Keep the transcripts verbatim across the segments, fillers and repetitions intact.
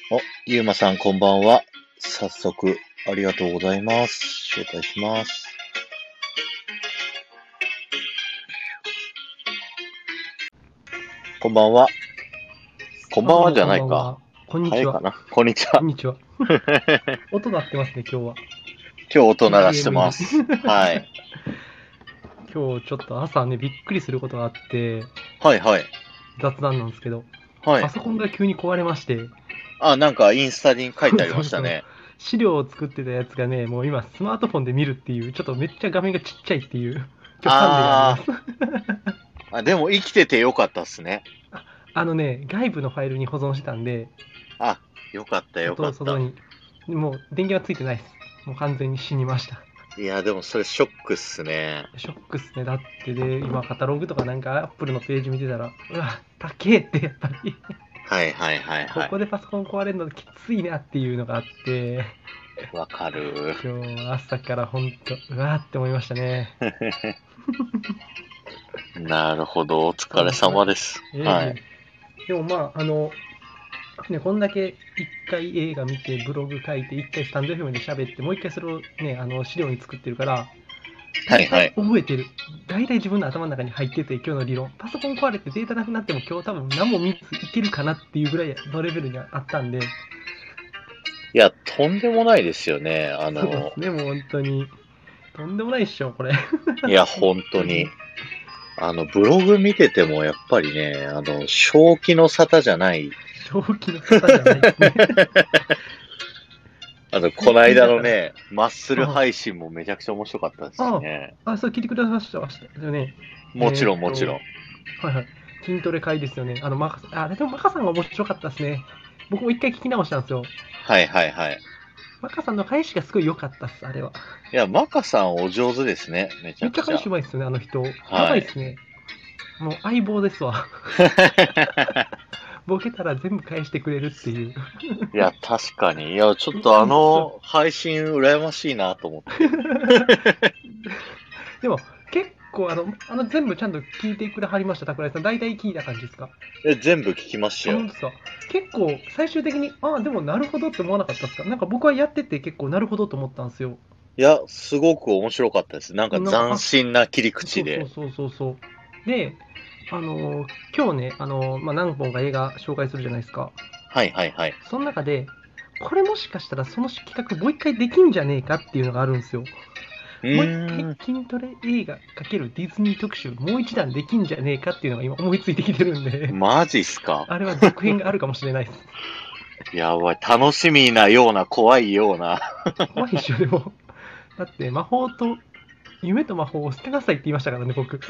お、ゆうまさんこんばんは。早速、ありがとうございます。招待します。こんばんは。こんあ、どうもばんはじゃないか。 こんばんは。こんにちは。 早いかな。こんにちは。 こんにちは。音鳴ってますね、今日は。 今日音鳴らしてビージーエム に。 ます。はい。 今日ちょっと朝ね、びっくりすることがあって、 はいはい。 雑談なんですけど、 はい。 パソコンが急に壊れまして、 あ、なんかインスタに書いそうてありそうそう。 ましたね。 資料を作ってたやつがね、もう今スマートフォンで見るっていう、ちょっとめっちゃ画面がちっちゃいっていう、今日ハンデがあります。 あー。あ、でも生きててよかったっすね。 ああのね、外部のファイルに保存してたんで、 あ、よかったよか外、 った。 外に。もう電源はついてないです。もう完全に死にました。 いや、でもそれショックっすね。 ショックっすね。だってで、今カタログとかなんかアップルのページ見てたら、うわ、高えってやっぱりはいはいはいはい。 ここでパソコン壊れるのきついなっていうのがあって、 わかる。 今日は朝からほんと、うわーって思いましたね。 なるほど。お疲れそうそう。 様です。 ええいえ。 はい。 でもまあ、あの、ね、こんだけ一回映画見て、ブログ書いて、一回スタンド エフエム で喋って、もう一回それをね、あの資料に作ってるから、大体はいはい。 覚えてる。大体自分の頭の中に入ってて、今日の理論。パソコン壊れてデータなくなっても今日多分何も見ずいけるかなっていうぐらいのレベルにあったんで、 いや、とんでもないですよね。あの、 そうですね、もう本当に。とんでもないっしょ、これ。 いや、 本本当に。 当に。 あの、ブログ見てても、やっぱりね、あの、正気の沙汰じゃない。 正気の沙汰じゃないですね。 あの、こ最の間近だから、 のね、マッスルあ配信もめちゃくちゃ面白かったですしあ、 ね。 ああ、そう聞いてくださいましたよね。 もちろん、 えーっと、 もちろん。 はいはい。筋トレ会ですよね。あの、マカさん、あれでもマカさんが面白かったですね。僕も一回聞き直したんですよ。 はいはいはい。 マカさんの返しがすごい良かったっす、あれは。 いや、マカさんお上手ですね。めちめっちゃゃくちゃ。 返しうまいっすよね、あの人。やばはい。 いっすね。もう相棒ですわ。ボケたら全部返してくれるっていう。 いや、確かに。いや、ちょっうとあまいっす。 の配信羨ましいなと思って。 でも、結構あの、あの全部ちゃんと聞いてくれはりました、桜井さん。大体聞いた感じですか？ え、全部聞きましたあ、 よ。 本当ですか？結構、最終的に、ああ、でもなるほどって思わなかったですか？なんか僕はやってて結構なるほどと思ったんですよ。 いや、すごく面白かったです。なんかなんか、 斬あ、 新な切り口で。 そうそうそうそうそう。で、あのー今日ね、あのーまあ、何本か映画紹介するじゃないですか。 はいはいはい。 その中で、これもしかしたらその企画もう一回できんじゃねえかっていうのがあるんですよ。 うもう一回ーん。 筋トレ映画×ディズニー特集もう一段できんじゃねえかっていうのが今思いついてきてるんで、 マジっすか？ あれは続編があるかもしれないです。 やばい。楽しみなような、怖いような。 怖いっしょ、でも。だって魔法と、夢と魔法を捨てなさいって言いましたからね、僕。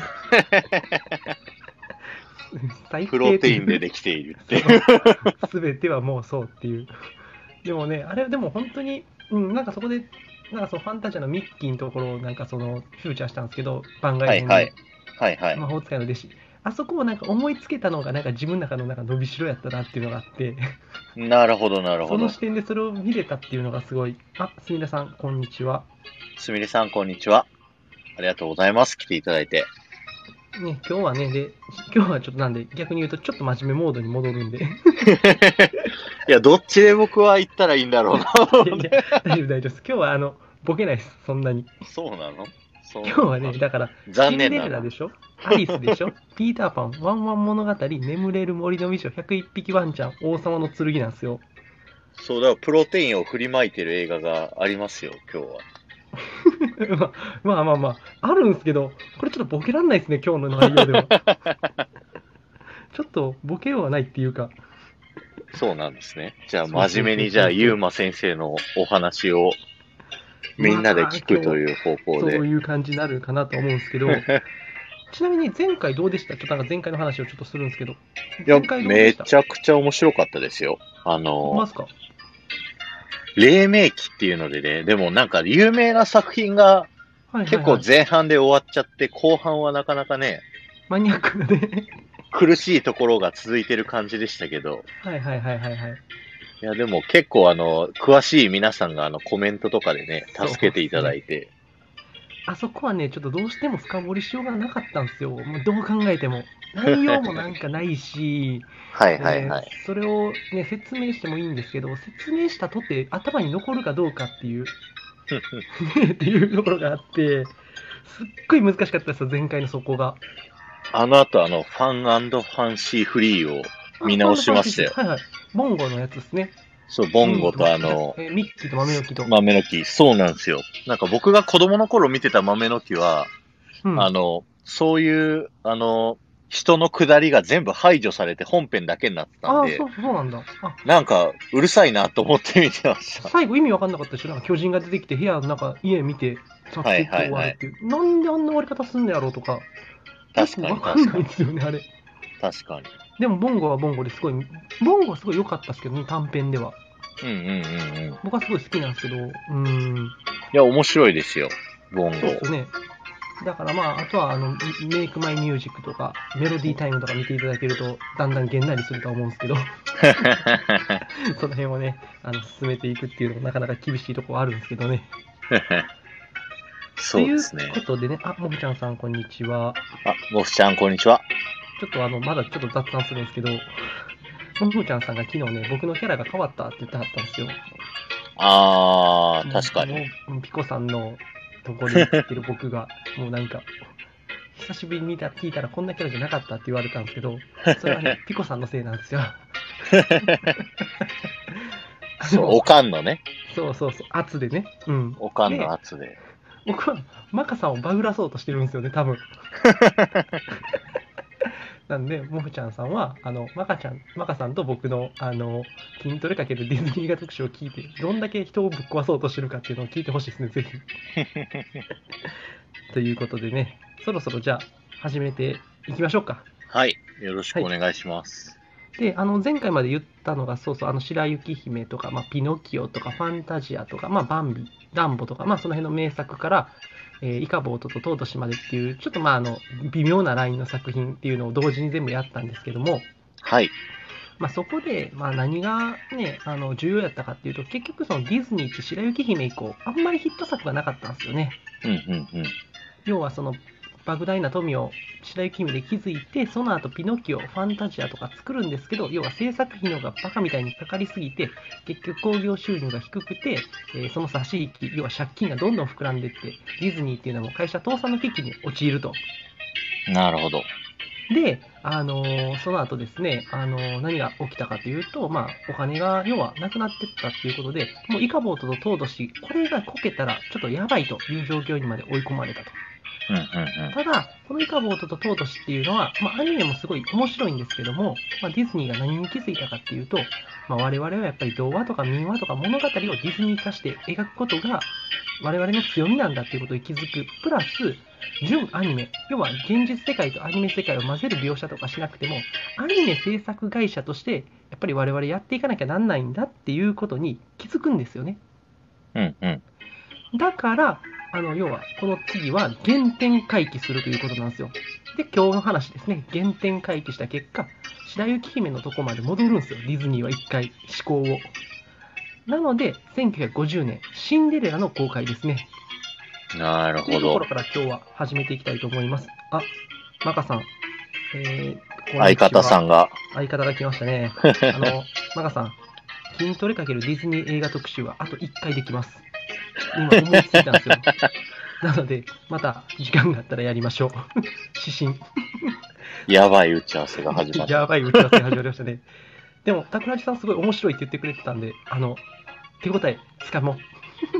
最プロ低っていう。 テインでできているって。 そう。すべてはもうそうっていう。でもね、あれでも本当に、うん、なんかそこで、なんかそのファンタジアのミッキーのところをなんかそのフューチャーしたんですけど、番外編に。 はいはい。はいはい。 魔法使いの弟子。あそこをなんか思いつけたのがなんか自分の中のなんか伸びしろやったなっていうのがあって、 なるほどなるほど。 その視点でそれを見れたっていうのがすごい。あ、すみれさん、こんにちは。 すみれさん、こんにちは。ありがとうございます。来ていただいて。 ね、今日はね、で、今日はちょっとなんで、逆に言うとちょっと真面目モードに戻るんで。 いや、どっちで僕は行ったらいいんだろうな。 いやいや、大丈夫大丈夫です。今日はあの、ボケないです、そんなに。 そうなのそうなのかな。 今日はね、だから、シンデ残念だな。 レラでしょ、アリスでしょ、ピーターパン、ワンワン物語、眠れる森の美女、ひゃくいっぴきワンちゃん、王様の剣なんですよ。 そうだ、プロテインを振りまいてる映画がありますよ、今日は。 まあまあまあ、あるんですけど、これちょっとボケらんないですね、今日の内容では。ちょっとボケようがないっていうか。 そうなんですね。じゃあ、 そうそうそう真面目に、じゃあ、 そうそう。 ゆうま先生のお話をみんなでまあ、 聞く今日、 という方向で。 そういう感じになるかなと思うんですけど、ちなみに前回どうでした？ちょっとなんか前回の話をちょっとするんですけど、 いや、 前回どうでした？ めちゃくちゃ面白かったですよ。あの、 ほんまですか？ 黎明期っていうのでね、でもなんか有名な作品が結構はいはいはい。 前半で終わっちゃって、後半はなかなかね、 マニアックなね。 苦しいところが続いてる感じでしたけど、 はいはいはいはいはい。 いや、でも結構あの、詳しい皆さんがあの、コメントとかでね、 そう助けていっすね。 ただいて、 あそこはね、ちょっとどうしても深掘りしようがなかったんですよ。もうどう考えても。内容もなんかないし、 はいはいで、 はい。 それをね、説明してもいいんですけど、説明したとて頭に残るかどうかっていう、っていうところがあって、すっごい難しかったですよ、前回のそこが。 あの後、あの、ファンファンシーフリーをあ、ファン見直ドファンシス、 しましたよ。 はいはい。ボンゴのやつですね。 そう、ボンゴミニーと、ま、じゃ、 とあの、 えーミッキーと豆の木と。 豆の木。そうなんですよ。なんか僕が子供の頃見てた豆の木は、 うん。 あの、そういう、あの、人の下りが全部排除されて本編だけになってたんああ、 で、 そうそうなんだ。あ、 なんか、うるさいなと思って見てました。 最後意味わかんなかったでしょ。なんか巨人が出てきて部屋の中、家見て、さあはい結局はいはい。 終わるっていう。なんであんな終わり方すんのやろうとか、よく確かわかんに確かに。 ないんですよね、あれ。 確かに。 でも、ボンゴはボンゴですごい、ボンゴはすごい良かったですけどね、短編では。 うんうんうんうん。い僕はすごい好きなんですけど、うーん、 や、面白いですよ。ボンゴ。 そうっすよね。だからまあ、あとは、あの、メイクマイミュージックとか、メロディータイムとか見ていただけると、だんだんげんなりするとは思うんですけど、その辺をね、あの、進めていくっていうのもなかなか厳しいところあるんですけどね。というそうですね。 ことでね、あ、もふちゃんさん、こんにちは。 あ、もふちゃん、こんにちは。 ちょっとあの、まだちょっと雑談するんですけど、もふちゃんさんが昨日ね、僕のキャラが変わったって言ってはったんですよ。 あー、 もう、 確かに。 もうピコさんのところに映ってる僕が、もうなんか、久しぶりに見た聞いたらこんなキャラじゃなかったって言われたんですけど、それはね、ピコさんのせいなんですよ。でそう、 も、 おかんのね。 そうそうそう、圧でね。うん。 おかんので、 圧で。 僕はマカさんをバグらそうとしてるんですよね、多分。なんで、もふちゃんさんは、あの、マカちゃん、マカさんと僕の、あの、筋トレかけるディズニー映画特集を聞いて、どんだけ人をぶっ壊そうとしてるかっていうのを聞いてほしいですね、ぜひ。ということでね、そろそろじゃあ、始めていきましょうか。 はい。よろしはい。 くお願いします。 で、あの、前回まで言ったのが、そうそう、あの、白雪姫とか、まあ、ピノキオとか、ファンタジアとか、まあ、バンビ、ダンボとか、まあ、その辺の名作から、えー、イカボートとトートシまでっていう、ちょっとまあ、あの、微妙なラインの作品っていうのを同時に全部やったんですけども、 はい。 まあ、そこで、まあ、何がね、あの、重要やったかっていうと、結局そのディズニーって白雪姫以降、あんまりヒット作がなかったんですよね。 うんうんうん。 要はその莫大な富を白雪姫で築いて、その後ピノキオ、ファンタジアとか作るんですけど、要は制作費のがバカみたいにかかりすぎて、結局興行収入が低くて、えーその差し引き、要は借金がどんどん膨らんでいって、ディズニーっていうのはもう会社倒産の危機に陥ると。 なるほど。 で、あのーその後ですね、あのー何が起きたかというと、まあ、お金が要はなくなっていったっていうことで、もうイカボートとトードシ、これがこけたらちょっとやばいという状況にまで追い込まれたと。 うんうんうん。 ただ、このイカボートとトートシっていうのは、まあ、アニメもすごい面白いんですけども、まあ、ディズニーが何に気づいたかっていうと、まあ、我々はやっぱり童話とか民話とか物語をディズニー化して描くことが我々の強みなんだっていうことに気づく。プラス、純アニメ。要は現実世界とアニメ世界を混ぜる描写とかしなくても、アニメ制作会社としてやっぱり我々やっていかなきゃなんないんだっていうことに気づくんですよね。 うんうん。 だから、あの、要は、この次は原点回帰するということなんですよ。で、今日の話ですね。原点回帰した結果、白雪姫のとこまで戻るんですよ。ディズニーは一回思考を。なので、せんきゅうひゃくごじゅうねん、シンデレラの公開ですね。 なるほどというところ。から今日は始めていきたいと思います。あ、マカさん、えー、こん相にちは。 方さんが。 相方が来ましたね。あの、マカさん、筋トレかけるディズニー映画特集はあといっかいできます。今思いついたんですよ。なので、また時間があったらやりましょう。指針。 やばい打ち合わせが始まった。 やばい打ち合わせが始まりましたね。でも、桜地さんすごい面白いって言ってくれてたんで、あの、手応えつかもう。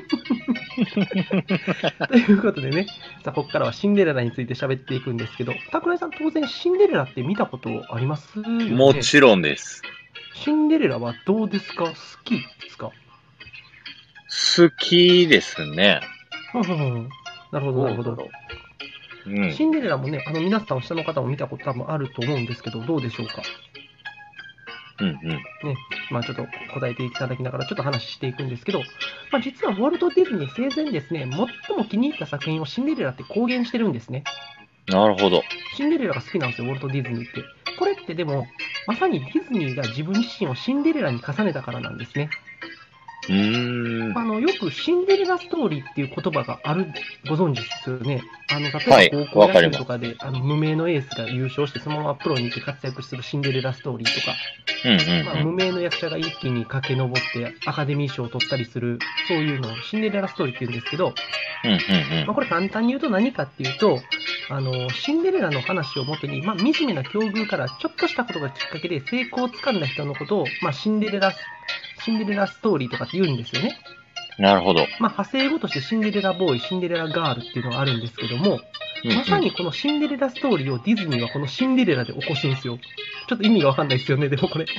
ということでね、さあ、ここからはシンデレラについて喋っていくんですけど、桜井さん、当然シンデレラって見たことありますよね。 もちろんです。 シンデレラはどうですか？好きですか？ 好きですね。 うんうんうん。なるほど、なるほど。 うん。 シンデレラもね、あの皆さん下の方も見たこと多分あると思うんですけど、どうでしょうか？ うんうん。 ね、まあちょっと答えていただきながらちょっと話していくんですけど、まあ実はウォルト・ディズニー生前ですね、最も気に入った作品をシンデレラって公言してるんですね。 なるほど。 シンデレラが好きなんですよ、ウォルト・ディズニーって。これってでも、まさにディズニーが自分自身をシンデレラに重ねたからなんですね。 うーん。 あのよくシンデレラストーリーっていう言葉がある、ご存知ですよね。あの例はいえば高校野わかります球とかであの無名のエースが優勝して、そのままプロに行って活躍するシンデレラストーリーとか、 うんうんまあ、 うん。 無名の役者が一気に駆け上ってアカデミー賞を取ったりする、そういうのをシンデレラストーリーって言うんですけど、 うんうんまあ、これ簡単に言うと何かっていうと、あのシンデレラの話をもとに、まあ、惨めな境遇からちょっとしたことがきっかけで成功をつかんだ人のことを、まあ、シンデレラシンデレラストーリーとかって言うんですよね。 うん。なるほど。 まあ、派生語としてシンデレラボーイ、シンデレラガールっていうのがあるんですけども、 うんうんまさにこのシンデレラストーリーをディズニーはこのシンデレラで起こすんですよ。ちょっと意味がわかんないですよね、でもこれ。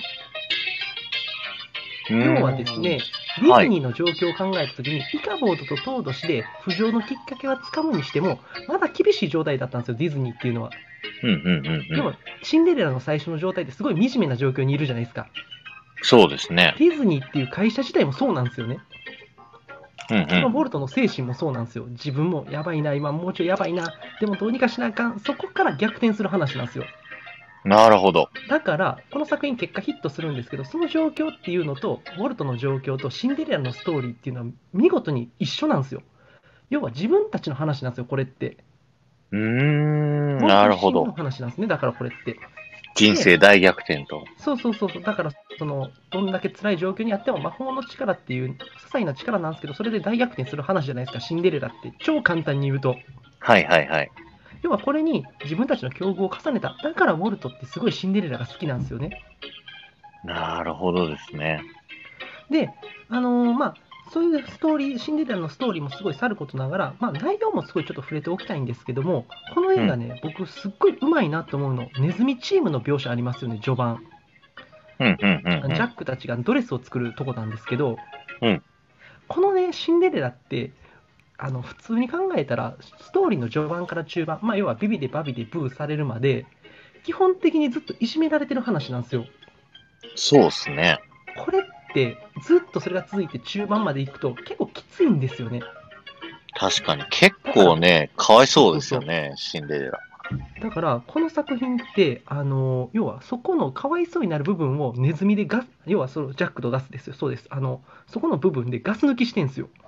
うーん要はですね、ディズニーの状況を考えたときに、イカボードとトード氏で浮上のきっかけはつかむにしても、まだ厳しい状態だったんですよ、ディズニーっていうのは。 うんうんうんうん。 要は、シンデレラの最初の状態ってすごい惨めな状況にいるじゃないですか。 そうですね。 ディズニーっていう会社自体もそうなんですよね。 うんそのうボルトの精神もそうなんですよ。自分もやばいな、今もうちょいやばいな、でもどうにかしなあかん。そこから逆転する話なんですよ。 ん。なるほど。 だから、この作品結果ヒットするんですけど、その状況っていうのと、ウォルトの状況とシンデレラのストーリーっていうのは見事に一緒なんですよ。要は自分たちの話なんですよ、これって。 うーん。 ウォルト自身のなるほど。 話なんですね、だからこれって。 人生大逆転と。 そうそうそうそう、だからその、どんだけ辛い状況にあっても魔法の力っていう些細な力なんですけど、それで大逆転する話じゃないですか、シンデレラって。超簡単に言うと。 はいはいはい。 要はこれに自分たちの境遇を重ねた。だからウォルトってすごいシンデレラが好きなんですよね。 なるほどですね。 で、あのーまあ、そういうストーリー、シンデレラのストーリーもすごいさることながら、まあ、内容もすごいちょっと触れておきたいんですけども、この映画ね、僕すっごい上手いなと思うの、ネズミチームの描写ありますよね、序盤。 うんうんうんうん。 ジャックたちがドレスを作るとこなんですけど、 うんこのね、シンデレラって、あの普通に考えたら、ストーリーの序盤から中盤、まあ、要はビビでバビでブーされるまで、基本的にずっといじめられてる話なんですよ。 そうですね。 これってずっとそれが続いて中盤までいくと結構きついんですよね。 確かに。結構ね、かわいそうですよね、シンデレラ。 だからこの作品ってあの要はそこのかわいそうになる部分をネズミでガス、要はそのジャックとガスですよ。そうです。あのそこの部分でガス抜きしてんですよ。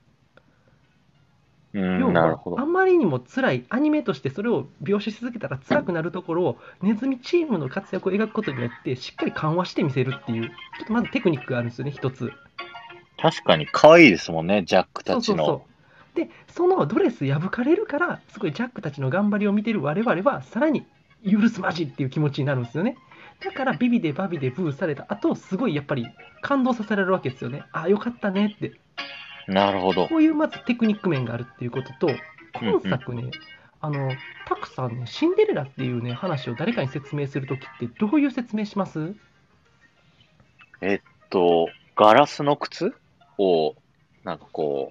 う要ん、なるほど。 はあまりにも辛いアニメとしてそれを描写し続けたら辛くなるところをネズミチームの活躍を描くことによってしっかり緩和してみせるっていう、ちょっとまずテクニックがあるんですよね、一つ。 確かに可愛いですもんね、ジャックそうそうそたちの。 う。で、そのドレス破かれるから、すごいジャックたちの頑張りを見てる我々は、さらに許すまじっていう気持ちになるんですよね。だから、ビビでバビでブーされた後、すごいやっぱり感動させられるわけですよね。ああ、よかったねって。 なるほど。 こういうまずテクニック面があるっていうことと、 うんうん今作ね、あの、タクさんね、シンデレラっていうね、話を誰かに説明するときって、どういう説明します？ えっと、ガラスの靴を、なんかこ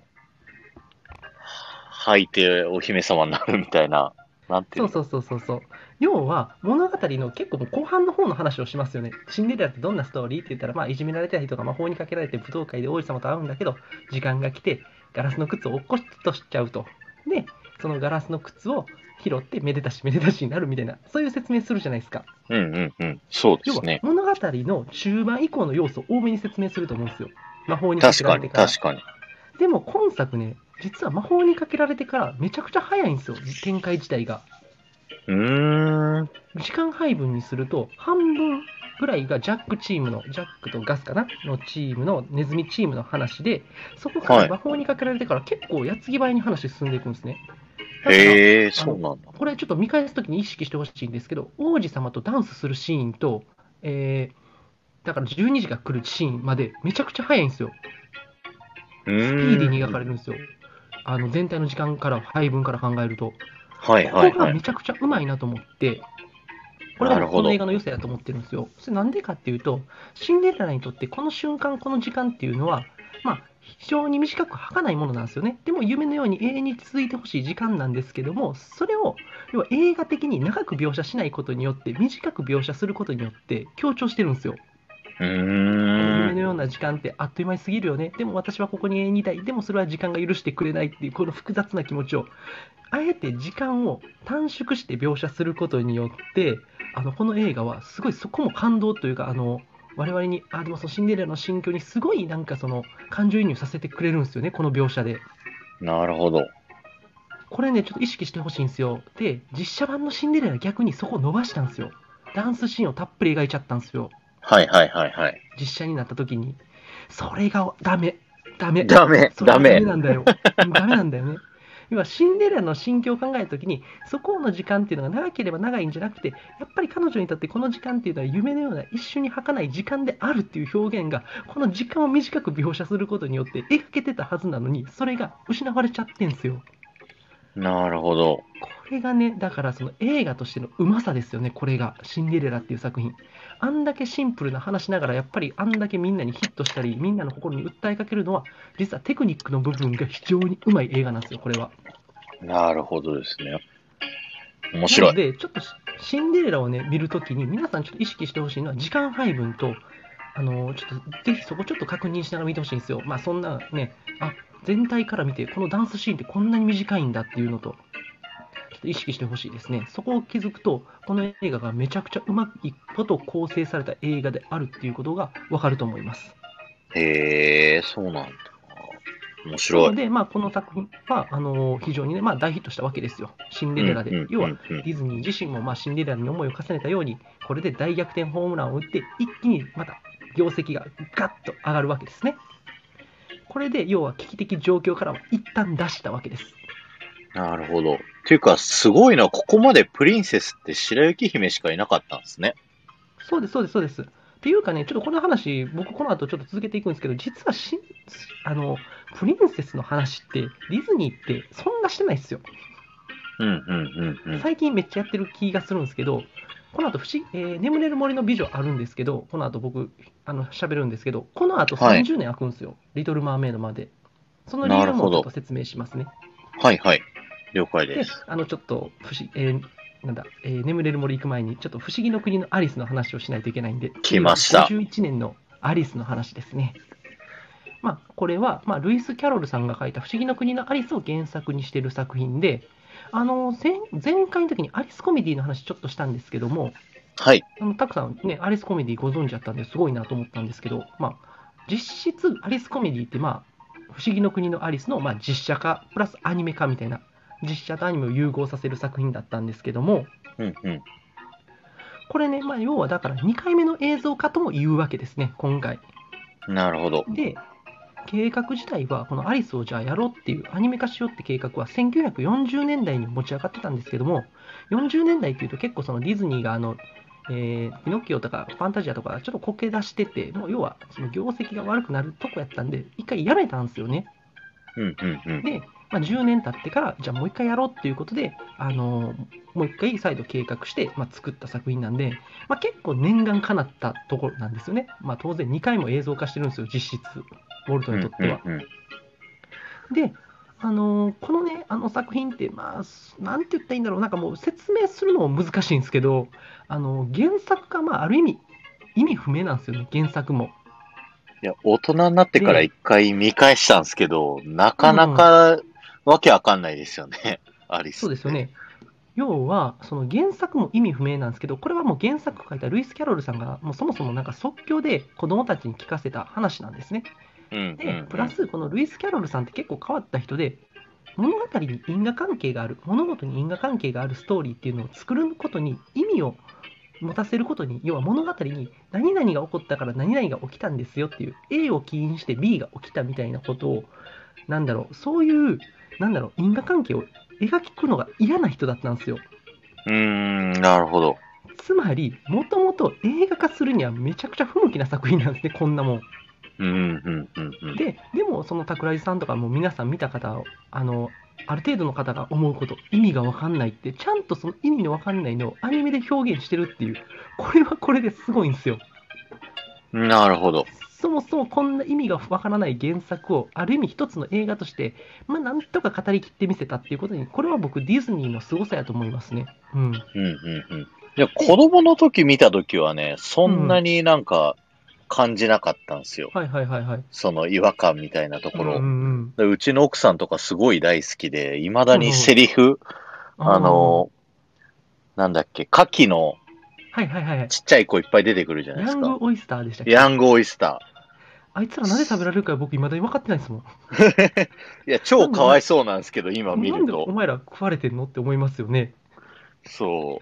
う、履いてお姫様になるみたいな、なんていうの。 そうそうそうそうそう。要は物語の結構もう後半の方の話をしますよね。シンデレラってどんなストーリーって言ったら、まあ、いじめられた人が魔法にかけられて舞踏会で王子様と会うんだけど、時間が来てガラスの靴を落っこちとしちゃうと。で、そのガラスの靴を拾ってめでたしめでたしになるみたいな、そういう説明するじゃないですか。 うんうんうん。そうで要はすね。 物語の中盤以降の要素を多めに説明すると思うんですよ。魔法にかけ確かに、 られてから。 確かに。 でも今作ね、実は魔法にかけられてからめちゃくちゃ早いんですよ、展開自体が。 うーん。 時間配分にすると半分ぐらいがジャックチームの、ジャックとガスかなのチームのネズミチームの話で、そこから魔法にかけられてから結構矢継ぎ早に話進んでいくんですね。だからへえ、 あのそうなんだ。 これちょっと見返すときに意識してほしいんですけど、王子様とダンスするシーンと、えーだからじゅうにじが来るシーンまでめちゃくちゃ早いんですよ。 うーん。 スピーディーに描かれるんですよ。あの全体の時間から配分から考えると。 はいここがはいはい。 めちゃくちゃうまいなと思って、これがなるほど僕この映画の良さだと思ってるんですよ。それなんでかっていうと、シンデレラにとってこの瞬間、この時間っていうのは、まあ、非常に短く儚いものなんですよね。でも夢のように永遠に続いてほしい時間なんですけども、それを要は映画的に長く描写しないことによって、短く描写することによって強調してるんですよ。 うーん。 夢のような時間ってあっという間に過ぎるよね。でも私はここに永遠にいたい。でもそれは時間が許してくれないっていう、この複雑な気持ちを、あえて時間を短縮して描写することによって、あのこの映画はすごいそこも感動というか、あの我々に、あ、でもそのシンデレラの心境にすごいなんかその感情移入させてくれるんですよね、この描写で。 なるほど。 これね、ちょっと意識してほしいんですよ。で、実写版のシンデレラ逆にそこを伸ばしたんですよ。ダンスシーンをたっぷり描いちゃったんですよ。 はいはいはいはい。 実写になった時に。それがダメ。ダメ。 ダメ、 それがダダメ。 メなんだよ。うんダメなんだよね。要はシンデレラの心境を考えた時に、そこの時間っていうのが長ければ長いんじゃなくて、やっぱり彼女にとってこの時間っていうのは夢のような一瞬に儚い時間であるっていう表現が、この時間を短く描写することによって描けてたはずなのに、それが失われちゃってんすよ。 なるほど。 これがね、だからその映画としてのうまさですよね、これが。シンデレラっていう作品。あんだけシンプルな話ながら、やっぱりあんだけみんなにヒットしたり、みんなの心に訴えかけるのは、実はテクニックの部分が非常にうまい映画なんですよ、これは。 なるほどですね。面白い。 なので、ちょっとシシンデレラをね、見るときに、皆さんちょっと意識してほしいのは、時間配分と、あのちょっとぜひそこちょっと確認しながら見てほしいんですよ。まあそんなね、あ、全体から見て、このダンスシーンってこんなに短いんだっていうのと、ちょっと意識してほしいですね。そこを気づくと、この映画がめちゃくちゃうまいこと構成された映画であるっていうことがわかると思います。 へえ、そうなんだ。面な白い。 ので、まあ、この作品はあの非常に、ね、まあ、大ヒットしたわけですよ。シンデレラで。 うんうん要は、 うんうん。 ディズニー自身も、まあ、シンデレラに思いを重ねたように、これで大逆転ホームランを打って、一気にまた業績がガッと上がるわけですね。これで、要は危機的状況からは一旦出したわけです。 なるほど。っていうか、すごいのは、ここまでプリンセスって白雪姫しかいなかったんですね。 そうです、そうです、そうです。っていうかね、ちょっとこの話、僕この後ちょっと続けていくんですけど、実はしあのプリンセスの話って、ディズニーってそんなしてないですよ。 うんうんうんうん。 最近めっちゃやってる気がするんですけど、この後不思議、えー眠れる森の美女あるんですけど、この後僕、あの喋るんですけど、この後はい。 さんじゅうねん空くんですよ、リトル・マーメイドまで。その理由なるほど。 もちょっと説明しますね。 はいはい。了解でで、 す。 あのちょっと不思、えーなんだ、えー眠れる森行く前に、ちょっと不思議の国のアリスの話をしないといけないんで、 来次はました。 ごじゅういちねんのアリスの話ですね。まあ、これは、まあ、ルイス・キャロルさんが書いた不思議の国のアリスを原作にしている作品で、あの前前回の時にアリスコメディの話ちょっとしたんですけども、 はい。 あのたくさんね、アリスコメディご存知だったんですごいなと思ったんですけど、まあ、実質アリスコメディって、まあ、不思議の国のアリスの、まあ、実写化プラスアニメ化みたいな、実写とアニメを融合させる作品だったんですけども、 うんうん。 これね、まあ、要はだからにかいめの映像化とも言うわけですね、今回。 なるほど。 で、計画自体は、このアリスをじゃあやろうっていう、アニメ化しようって計画はせんきゅうひゃくよんじゅうねんだいに持ち上がってたんですけども、よんじゅうねんだいっていうと結構そのディズニーがあの、えーピノッキオとかファンタジアとかちょっとこけ出してて、もう要はその業績が悪くなるとこやったんで、一回やめたんですよね。 うんうんうん。 で、まあ、じゅうねん経ってから、じゃあもう一回やろうっていうことで、あのーもう一回再度計画して、まあ、作った作品なんで、まあ、結構念願かなったところなんですよね。まあ、当然にかいも映像化してるんですよ、実質、ウォルトうんにとっては。 うんうん。 で、あのーこのね、あの作品って、まあ、なんて言ったらいいんだろう、なんかもう説明するのも難しいんですけど、あのー原作が、まあ、ある意味、意味不明なんですよね、原作も。 いや、大人になってからで、 一回見返したんですけど、なかなうんうん、 かわけわかんないですよね。アリスって。 そうですよね。要は、その原作も意味不明なんですけど、これはもう原作書いたルイス・キャロルさんが、もうそもそもなんか即興で子供たちに聞かせた話なんですね。 うんうんで、プうん。 ラス、このルイス・キャロルさんって結構変わった人で、物語に因果関係がある、物事に因果関係があるストーリーっていうのを作ることに意味を持たせることに、要は物語に何々が起こったから何々が起きたんですよっていう、A を起因して B が起きたみたいなことを、なんだろう、そういう、なんだろう、因果関係を描くのが嫌な人だったんですよ。 うーん、なるほど。 つまり、もともと映画化するにはめちゃくちゃ不向きな作品なんですね、こんなもん。 うんうんうんうん。 で、でも、その桜井さんとかも皆さん見た方、あの、ある程度の方が思うこと、意味がわかんないって、ちゃんとその意味のわかんないのをアニメで表現してるっていう、これはこれですごいんですよ。 なるほど。 そもそもこんな意味がわからない原作を、ある意味一つの映画として、まあ、なんとか語りきってみせたっていうことに、これは僕、ディズニーの凄さやと思いますね。うん。 うんうんうん。いや、子で、 供の時見た時はね、そうん。 んなになんか感じなかったんですよ。 はいはいはいはい。 その違和感みたいなとうんうころ。 んうん。 でうちの奥さんとかすごい大好きで、未だにはいはい。 セリフ、ああの、なんだっけ、牡蠣のはいはいはいはい。 ちっちゃい子いっぱい出てくるじゃないでヤンすか。 グオイスターでしたっけ？ ヤングオイスタあいつらなぜ食べられるか僕未だに分かってないですもん。 ー。いや、超なんでお前、 かわいそうなんですけど、今見なんでると。 お前ら食われてんのって思いますよね。 そう。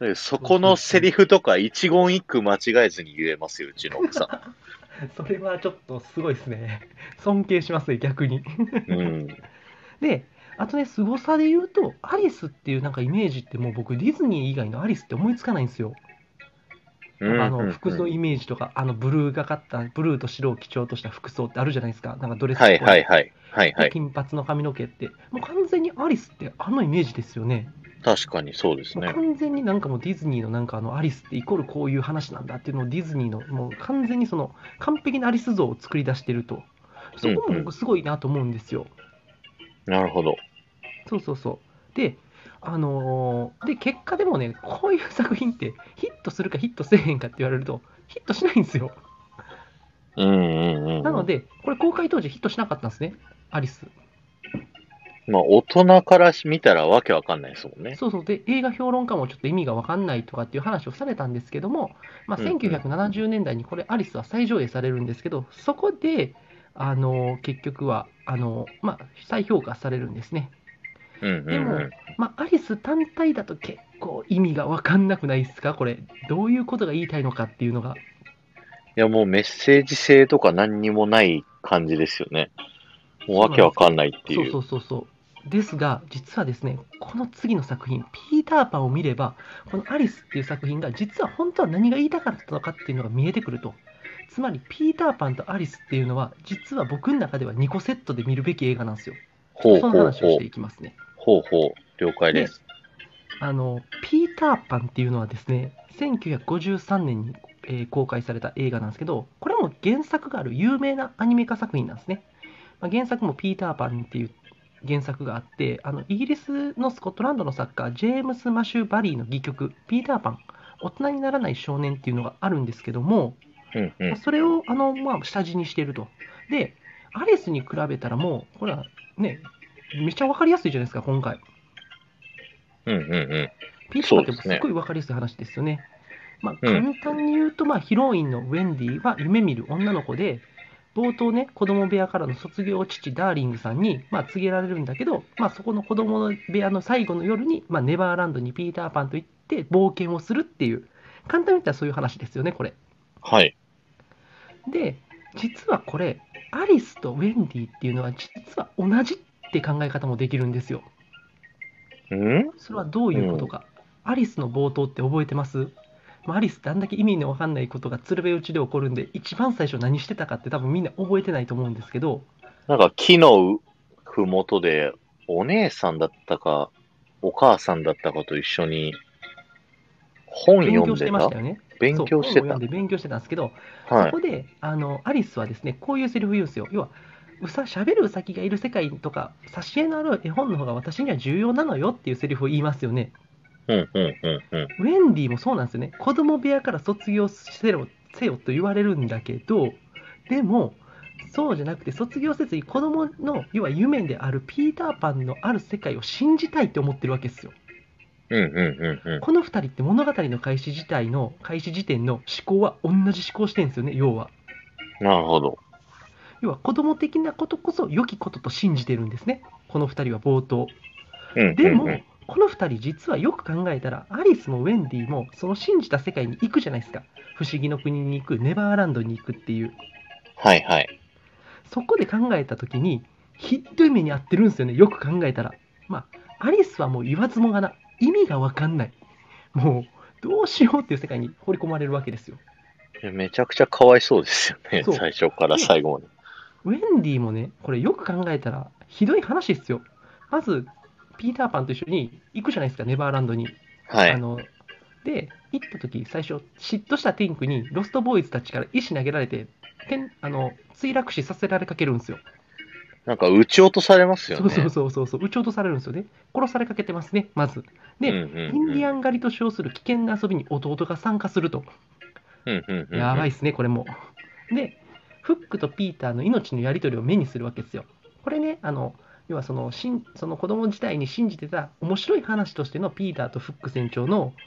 でそそうこのセそうそう。 リフとか一言一句間違えずに言えますよ、うちの奥さそれはちょっとすごいですね。尊敬しますね、逆に。 ん。うん。 で、あとね、凄さで言うと、アリスっていうなんかイメージってもう僕、ディズニー以外のアリスって思いつかないんですよ。 うん、 なんかあのうん、うん。 服のイメージとか、あのブルーがかった、ブルーと白を基調とした服装ってあるじゃないですか。なんかドレスはい、 っぽい。 はい、はい。はい、はで、 い。 金髪の髪の毛って、もう完全にアリスってあのイメージですよね。 確かにそうですもうね。 完全になんかもうディズニーのなんかあのアリスってイコールこういう話なんだっていうのをディズニーのもう完全にその完璧なアリス像を作り出してると。そうん、うん。 こも僕すごいなと思うんですよ。 なるほど。 そうそうそう。で、あのーで、結果でもね、こういう作品ってヒットするかヒットせえへんかって言われると、ヒットしないんですよ。 うん、うん、うん、うん。 なので、これ公開当時ヒットしなかったんですね、アリス。 まあ、大人から見たらわけわかんないですもんね。 そうそう。で、映画評論家もちょっと意味が分かんないとかっていう話をされたんですけども、まあ、 うん、うん。 せんきゅうひゃくななじゅうねんだいにこれ、アリスは再上映されるんですけど、そこで、あの結局はあの、まあ、再評価されるんですね。 うん、うん、 でも、 うん。 まあ、アリス単体だと結構意味が分かんなくないですか、これ。どういうことが言いたいのかっていうのが。 いや、もうメッセージ性とか何にもない感じですよね。もうそうなんですよ。 わけわかんないっていう。 そうそうそうそう。ですが、実はですね、この次の作品、ピーターパンを見れば、このアリスっていう作品が、実は本当は何が言いたかったのかっていうのが見えてくると。つまり、ピーターパンとアリスっていうのは、実は僕の中ではにこセットで見るべき映画なんですよ。ちょっとほうその話をしほうほう。 ていきますね。 ほうほう。了解でで、 す。 あの、ピーターパンっていうのはですね、せんきゅうひゃくごじゅうさんねんに、えー公開された映画なんですけど、これも原作がある有名なアニメ化作品なんですね。まあ、原作もピーターパンっていう原作があって、あのイギリスのスコットランドの作家、ジェームス・マシュー・バリーの戯曲、ピーターパン、大人にならない少年っていうのがあるんですけども、 うん、うん。 それをあの、まあ、下地にしていると。で、アリスに比べたらもう、これはね、めっちゃ分かりやすいじゃないですか、今回。 うん、うん、うん。 ピーターパンってすっそうですね。 ごい分かりやすい話ですよね。まあ、 うん。 簡単に言うと、まあ、ヒロインのウェンディは夢見る女の子で、冒頭ね、子供部屋からの卒業父ダーリングさんに、まあ、告げられるんだけど、まあ、そこの子供部屋の最後の夜に、まあ、ネバーランドにピーターパンと行って冒険をするっていう、簡単に言ったらそういう話ですよね、これ。 はい。 で、実はこれ、アリスとウェンディっていうのは、実は同じって考え方もできるんですよ。 うんそれはどううん。 いうことか。アリスの冒頭って覚えてます？まあアリスってあんだけ意味のわかんないことが鶴瓶打ちで起こるんで、一番最初何してたかって多分みんな覚えてないと思うんですけど、 なんか木のふもとで、お姉さんだったか、お母さんだったかと一緒に本勉強して読んでたましたよね。 勉そう、本を読ん強してた。 で勉強してたんですけど、そはい。 こで、あの、アリスはですね、こういうセリフ言うんですよ。要は、うさ、喋るウサギがいる世界とか、挿絵のある絵本の方が私には重要なのよっていうセリフを言いますよね。 うん、うん、うん、うん。 ウェンディもそうなんですよね。子供部屋から卒業せろ、せよと言われるんだけど、でも、そうじゃなくて、卒業せずに子供の、要は夢であるピーターパンのある世界を信じたいって思ってるわけですよ。 うん、うん、うん、うこのふたりって物語の開始自体の、開始時点の思考は同じ思考してるんですよね、要は。 ん。なるほど。 要は子供的なことこそ良きことと信じてるんですね、このふたりは冒頭。 うん、うん、うでも、 ん。 このふたり実はよく考えたら、アリスもウェンディもその信じた世界に行くじゃないですか。不思議の国に行く、ネバーランドに行くっていう。 はい、はい。 そこで考えたときに、ひどい目に遭ってるんですよね、よく考えたら。まあ、アリスはもう言わずもがな、意味がわかんない。もう、どうしようっていう世界に放り込まれるわけですよ。 めちゃくちゃかわいそうですよね。 そ最初かう。で、 ら最後まで。 ウェンディもね、これよく考えたら、ひどい話ですよ。まず、ピーターパンと一緒に行くじゃないですか、ネバーランドに。 はい。 あの、で、行った時、最初、嫉妬したティンクに、ロストボーイズたちから石投げられて、てんあの墜落死させられかけるんですよ。 なんか撃ち落とされますよそうそうね。 そうそうそう、撃ち落とされるんですよね。殺されかけてますね、まず。 うん、うで、インディアん、 ン狩りと称する危険な遊びに弟が参加すると。 うん。うん、うん、うん、うん。 やばいっすね、これも。で、フックとピーターの命のやり取りを目にするわけですよ。これね、あの、要はそのしんその子供自体に信じてた面白い話としてのピーターとフック船長の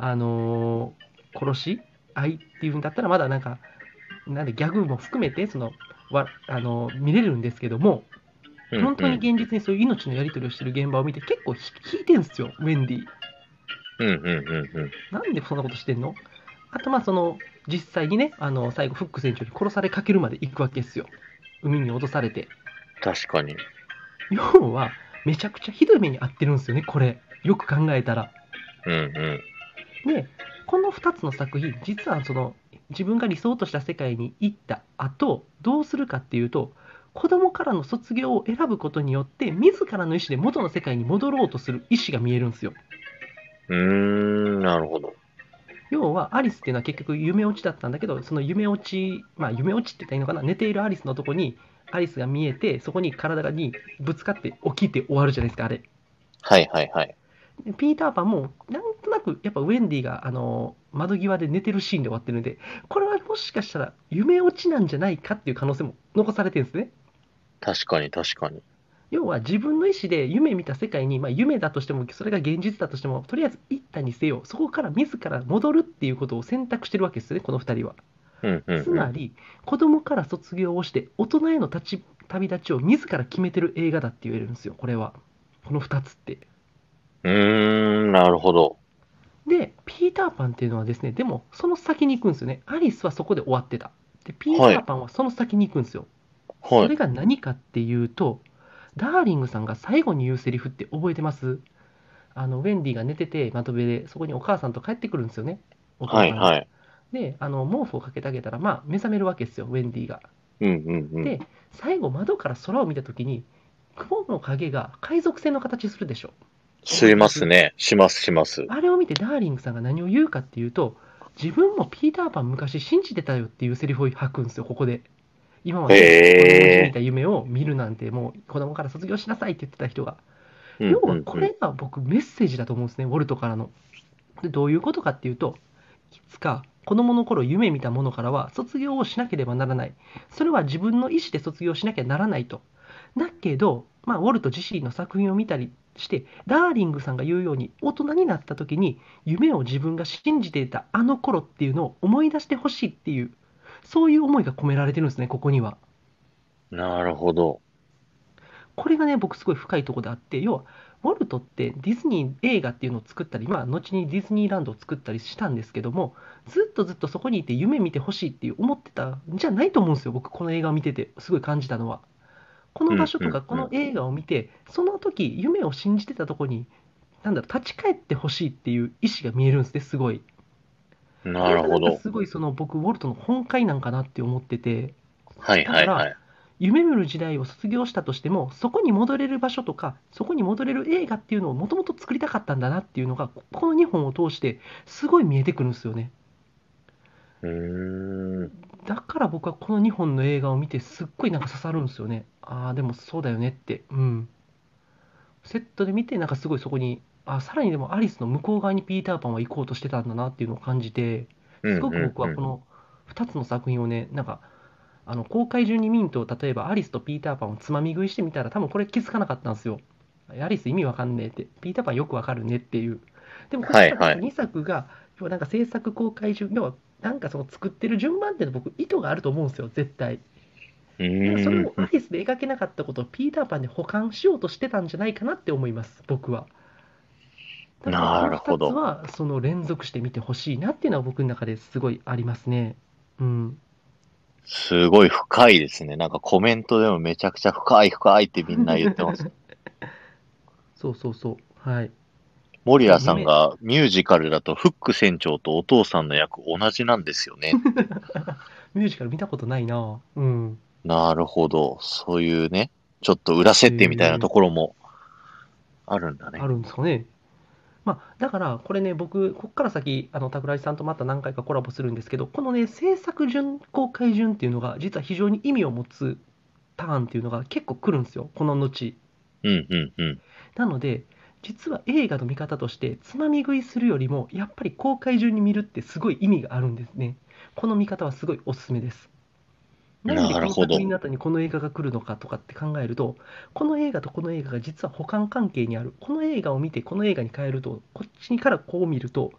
あのー殺し合いっていうんだったら、まだなんか、なんでギャグも含めて、その、わ、あのー見れるんですけども、本当にうんうん。 現実にそういう命のやり取りをしてる現場を見て、結構ひ引いてんすよ、ウェンディ。 うんうんうんうん。 なんでそんなことしてんの？あと、まあ、その、実際にね、あの、最後、フック船長に殺されかけるまで行くわけですよ。海に落とされて。 確かに。 要は、めちゃくちゃひどい目に遭ってるんですよね、これ。よく考えたら。 うんうん。 で、このふたつの作品、実はその、自分が理想とした世界に行った後、どうするかっていうと、子供からの卒業を選ぶことによって、自らの意思で元の世界に戻ろうとする意思が見えるんですよ。 うーん、なるほど。 要は、アリスっていうのは結局夢落ちだったんだけど、その夢落ち、まあ夢落ちって言ったらいいのかな、寝ているアリスのとこに、アリスが見えて、そこに体にぶつかって起きて終わるじゃないですか、あれ。 はいはいはい。 でピーターパンも、なんとなく、やっぱウェンディが、あの、窓際で寝てるシーンで終わってるんで、これはもしかしたら夢落ちなんじゃないかっていう可能性も残されてるんですね。 確かに確かに。 要は自分の意思で夢見た世界に、まあ、夢だとしても、それが現実だとしても、とりあえず行ったにせよ、そこから自ら戻るっていうことを選択してるわけですよね、このふたりは。 うんうんうん。 つまり、子供から卒業をして、大人への立ち旅立ちを自ら決めてる映画だって言えるんですよ、これは。このふたつって。 うーん、なるほど。 で、ピーターパンっていうのはですね、でもその先に行くんですよね。アリスはそこで終わってた。で、ピータはい、 ーパンはその先に行くんですよ。そはい。 れが何かっていうと、ダーリングさんが最後に言うセリフって覚えてます？あの、ウェンディが寝てて、窓辺で、そこにお母さんと帰ってくるんですよね。お父はい、 さんが。 はい。 で、あの、毛布をかけてあげたら、まあ、目覚めるわけですよ、ウェンディが。 うん、うん、うん。 で、最後、窓から空を見たときに、雲の影が海賊船の形するでしょ。覚えしてます？ ますね。します、します。 あれを見てダーリングさんが何を言うかっていうと、自分もピーターパン昔信じてたよっていうセリフを吐くんですよ、ここで。今まへで子供じみえ。 た夢を見るなんてもう子供から卒業しなさいって言ってた人が。要うん、うん、うん。 はこれが僕メッセージだと思うんですね、ウォルトからの。で、どういうことかっていうと、いつか子供の頃夢見たものからは卒業をしなければならない。それは自分の意思で卒業しなきゃならないと。だけど、まあ、ウォルト自身の作品を見たりして、ダーリングさんが言うように、大人になった時に、夢を自分が信じていたあの頃っていうのを思い出してほしいっていう、そういう思いが込められてるんですね、ここには。 なるほど。 これがね、僕すごい深いところであって、要は、ウォルトってディズニー映画っていうのを作ったり、まあ、後にディズニーランドを作ったりしたんですけども、ずっとずっとそこにいて夢見てほしいっていう思ってたんじゃないと思うんですよ、僕、この映画を見てて、すごい感じたのは。このうん、うん、 場所とかこうん。 の映画を見て、その時夢を信じてたとこに、なんだろう、立ち返ってほしいっていう意志が見えるんですね、すごい。こなれがなんかるほど。 すごいその僕、ウォルトの本懐なんかなって思ってて、 はい、はい、 だから、 はい。 夢見る時代を卒業したとしても、そこに戻れる場所とか、そこに戻れる映画っていうのをもともと作りたかったんだなっていうのが、このにほんを通してすごい見えてくるんですよね。 うーん。 だから僕はこのにほんの映画を見てすっごいなんか刺さるんですよね。ああ、でもそうだよねって。うん。セットで見て、なんかすごいそこに、あ、さらにでもアリスの向こう側にピーターパンは行こうとしてたんだなっていうのを感じて、 うん、 すごくうん、うん。 僕はこのふたつの作品をね、なんか、あの公開順に見んと、例えばアリスとピーターパンをつまみ食いしてみたら、多分これ気づかなかったんですよ。アリス意味わかんねえって、ピーターパンよくわかるねっていう。でもここはい、はい。 からだとにさくが、要はなんか制作公開順、要はなんかその作ってる順番っていうの僕意図があると思うんですよ、絶対。 うなんかそれーん。 をアリスで描けなかったことをピーターパンで保管しようとしてたんじゃないかなって思います、僕は。だからこなの2 るほど。 つはその連続して見てほしいなっていうのは僕の中ですごいありますね。うん。 すごい深いですね。なんかコメントでもめちゃくちゃ深い深いってみんな言ってます。 そうそうそう。はい。 森谷さんで夢、 がミュージカルだとフック船長とお父さんの役同じなんですよね。 ミュージカル見たことないな。うん。 なるほど。そういうね、ちょっと裏へ設定みたいなとえ、 ころもあるんだね。 あるんですかね。まあ、だからこれね、僕、こっから先、あの、桜井さんとまた何回かコラボするんですけど、このね、制作順、公開順っていうのが、実は非常に意味を持つターンっていうのが結構来るんですよ、この後。 うん、うん、うん。 なので、実は映画の見方として、つまみ食いするよりも、やっぱり公開順に見るってすごい意味があるんですね。この見方はすごいおすすめです。なんでこのなるほど。 作品の後にこの映画が来るのかとかって考えると、この映画とこの映画が実は補完関係にある。この映画を見てこの映画に変えると、こっちからこう見ると、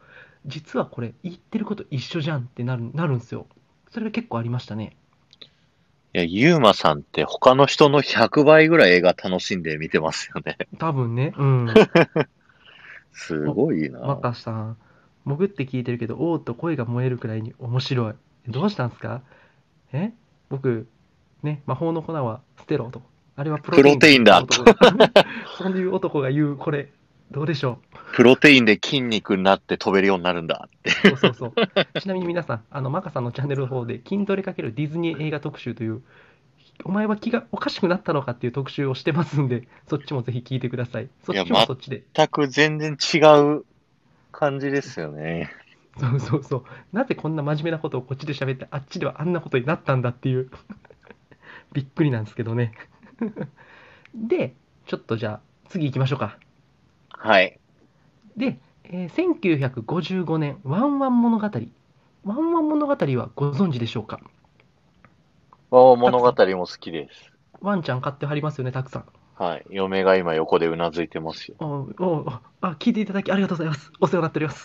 実はこれ言ってること一緒じゃんってなる、なるんですよ。それが結構ありましたね。 いや、ゆうまさんって他の人のひゃくばいぐらい映画楽しんで見てますよね。 多分ね、うん。 すお、 ごいな。 若さん、潜って聞いてるけど、おーっと声が燃えるくらいに面白い。どうしたんですか？え僕、ね、魔法の粉は捨てろと。あれはプロプロテインだと言っテインだと。 た男がそういう男が言う、これ、どうでしょプロテインで筋肉になって飛べるようになるんだって。 う。そうそうそう。ちなみに皆さん、あの、マカさんのチャンネルの方で、筋トレかけるディズニー映画特集という、お前は気がおかしくなったのかっていう特集をしてますんで、そっちもぜひ聞いてください。そいや、 っちもそっちで。 全く全然違う感じですよね。 そうそうそう。なぜこんな真面目なことをこっちで喋って、あっちではあんなことになったんだっていう、びっくりなんですけどね。で、ちょっとじゃあ、次行きましょうか。 はい。 で、えーせんきゅうひゃくごじゅうごねん、ワンワン物語。ワンワン物語はご存知でしょうか？ お物語たくさん。 も好きです。 ワンちゃん飼ってはりますよね、たくさん。 はい。嫁が今横でうなずいてますよ。 おおあ、聞いていただきありがとうございます。お世話になっております。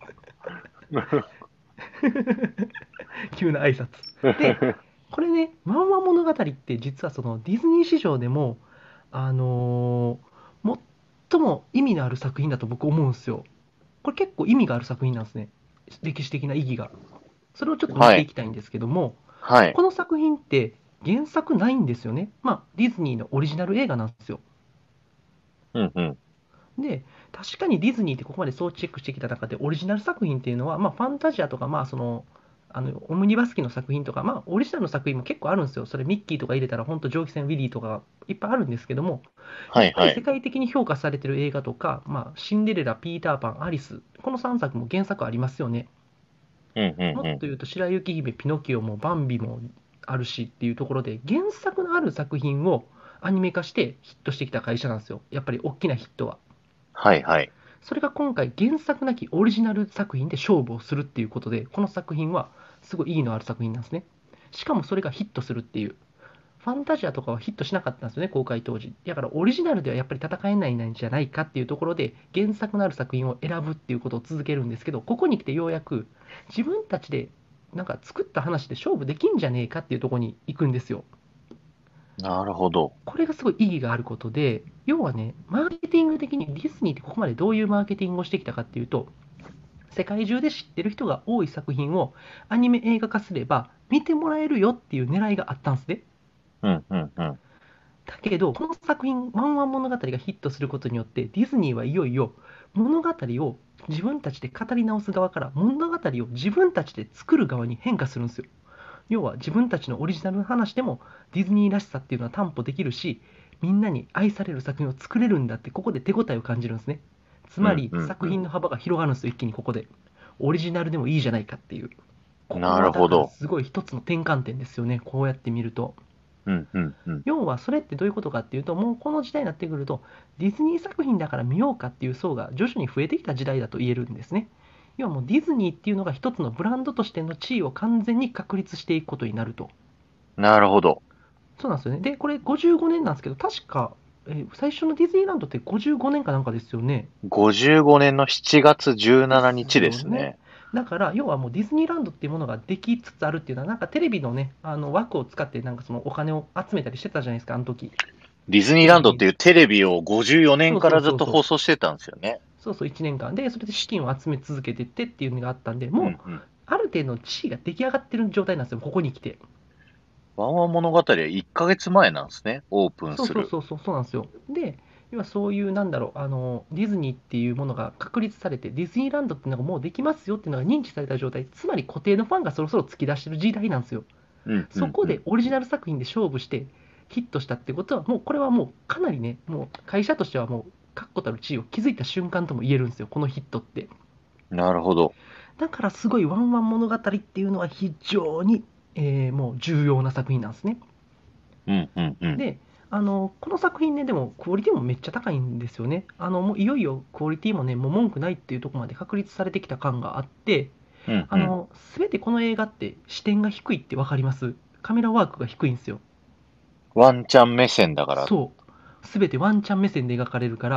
急な挨拶。で、これね、ワンワン物語って実はそのディズニー史上でも、あのー最も意味のある作品だと僕思うんですよ。これ結構意味がある作品なんですね。歴史的な意義が。それをちょっと見はい。 ていきたいんですけども、 はい。 この作品って原作ないんですよね。まあ、ディズニーのオリジナル映画なんですよ。 うんうん。 で、確かにディズニーってここまで総チェックしてきた中で、オリジナル作品っていうのは、まあ、ファンタジアとか、まあ、その、あのオムニバス機の作品とか、まあ、オリジナルの作品も結構あるんですよ。それ、ミッキーとか入れたら、本当、蒸気船ウィリーとかいっぱいあるんですけども、やっぱり世はいはい。 界的に評価されてる映画とか、まあ、シンデレラ、ピーターパン、アリス、このさんさくも原作ありますよね。 うんうんうん。 もっと言うと、白雪姫、ピノキオもバンビもあるしっていうところで、原作のある作品をアニメ化してヒットしてきた会社なんですよ。やっぱり大きなヒットは。 はいはい。 それが今回原作なきオリジナル作品で勝負をするっていうことで、この作品はすごい意義のある作品なんですね。しかもそれがヒットするっていう。ファンタジアとかはヒットしなかったんですよね、公開当時。だからオリジナルではやっぱり戦えないんじゃないかっていうところで、原作のある作品を選ぶっていうことを続けるんですけど、ここに来てようやく自分たちでなんか作った話で勝負できんじゃねえかっていうところに行くんですよ。 なるほど。 これがすごい意義があることで、要はね、マーケティング的にディズニーってここまでどういうマーケティングをしてきたかっていうと、世界中で知ってる人が多い作品をアニメ映画化すれば見てもらえるよっていう狙いがあったんですね。 うんうんうん。 だけど、この作品、ワンワン物語がヒットすることによって、ディズニーはいよいよ物語を自分たちで語り直す側から物語を自分たちで作る側に変化するんですよ。要は自分たちのオリジナルの話でもディズニーらしさっていうのは担保できるし、みんなに愛される作品を作れるんだって、ここで手応えを感じるんですね。つうんまりうんう作品の幅が広がるんですよ、一気にここで。オリジナルでもいいじゃないかっていう。こん。 こなはだからるほど。 すごい一つの転換点ですよね、こうやって見ると。 うんうんうん。 要はそれってどういうことかっていうと、もうこの時代になってくると、ディズニー作品だから見ようかっていう層が徐々に増えてきた時代だと言えるんですね。要はもうディズニーっていうのが一つのブランドとしての地位を完全に確立していくことになると。 なるほど。 そうなんですよね。で、これごじゅうごねんなんですけど、確か、えー最初のディズニーランドってごじゅうごねんかなんかですよね。 ごじゅうごねんのしちがつ17 です日でよね。 すね。 だから、要はもうディズニーランドっていうものができつつあるっていうのは、なんかテレビのね、あの枠を使って、なんかそのお金を集めたりしてたじゃないですか、あの時。 ディズニーテレビに。 ランドっていうテレビをごじゅうよねんそうからずっとそうそうそう。 放送してたんですよね。 そうそう、いちねんかんで、それで資金を集め続けていってっていうのがあったんで、もう、 うんうん。 ある程度の地位が出来上がってる状態なんですよ、ここに来て。 ワンワン物語はいっかげつまえなんですね。オープンそうする。 そうそうそう、そうなんですよ。で、要はそういう、なんだろう、あの、ディズニーっていうものが確立されて、ディズニーランドっていうのがもうできますよっていうのが認知された状態、つまり固定のファンがそろそろ突き出してる時代なんですよ。 うんうそこんうん。 でオリジナル作品で勝負してヒットしたってことは、もうこれはもうかなりね、もう会社としてはもう確固たる地位を築いた瞬間とも言えるんですよ、このヒットって。 なるほど。 だからすごいワンワン物語っていうのは非常に、えーもう重要な作品なんですね。 うんうんうん。 で、あのこの作品ね、でもクオリティもめっちゃ高いんですよね。あのもういよいよクオリティもね、もう文句ないっていうところまで確立されてきた感があって、 うんうん。 あの全てこの映画って視点が低いって分かります？カメラワークが低いんですよ。 ワンちゃん目線だから。 そう。全てワンちゃん目線で描かれるから、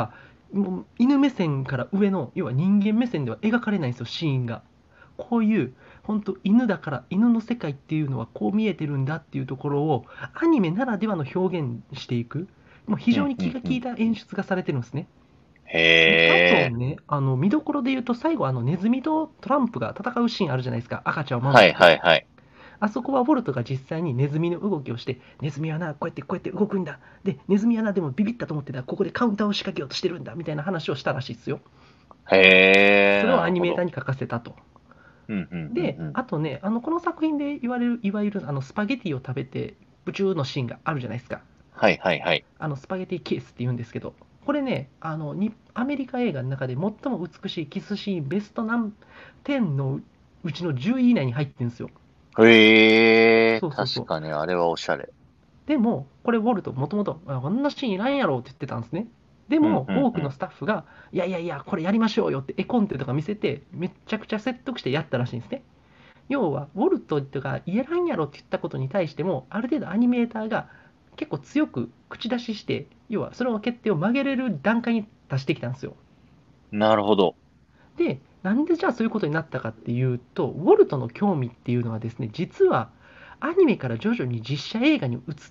もう犬目線から上の、要は人間目線では描かれないんですよ、シーンが。こういう、本当犬だから、犬の世界っていうのはこう見えてるんだっていうところを、アニメならではの表現していく、もう非うん、 常にうん、うん。 気が利いた演出がされてるんですね。で、あとへえ。 ね、あの、見どころで言うと、最後、あの、ネズミとトランプが戦うシーンあるじゃないですか、赤ちゃんをはい、 守って。 はい、はい。 あそこはウォルトが実際にネズミの動きをして、ネズミはな、こうやってこうやって動くんだ。で、ネズミはな、でもビビったと思ってたら、ここでカウンターを仕掛けようとしてるんだ、みたいな話をしたらしいですよ。 へえ、 それをアニなるほど。 メーターに書かせたと。 うん、うん、うん、 で、 うん。 あとね、あの、この作品で言われる、いわゆるあのスパゲティを食べて、宇宙のシーンがあるじゃないですか。 はい、はい、はい。 あの、スパゲティケースって言うんですけど、これね、あの、にアメリカ映画の中で最も美しいキスシーンベスト何じゅうのうちのじゅうい以内に入ってるんですよ。 へえ、 そうそうそう。 確かにあれはおしゃれ。 でも、これ、ウォルト、もともと、あこんなシーンいらんやろって言ってたんですね。でうん、 も、 うん、うん。 多くのスタッフが、いやいやいや、これやりましょうよって絵コンテとか見せて、めちゃくちゃ説得してやったらしいんですね。要は、ウォルトとか、いらんやろって言ったことに対しても、ある程度アニメーターが結構強く口出しして、要は、その決定を曲げれる段階に達してきたんですよ。 なるほど。 で、なんでじゃあそういうことになったかっていうと、ウォルトの興味っていうのはですね、実はアニメから徐々に実写映画に移って、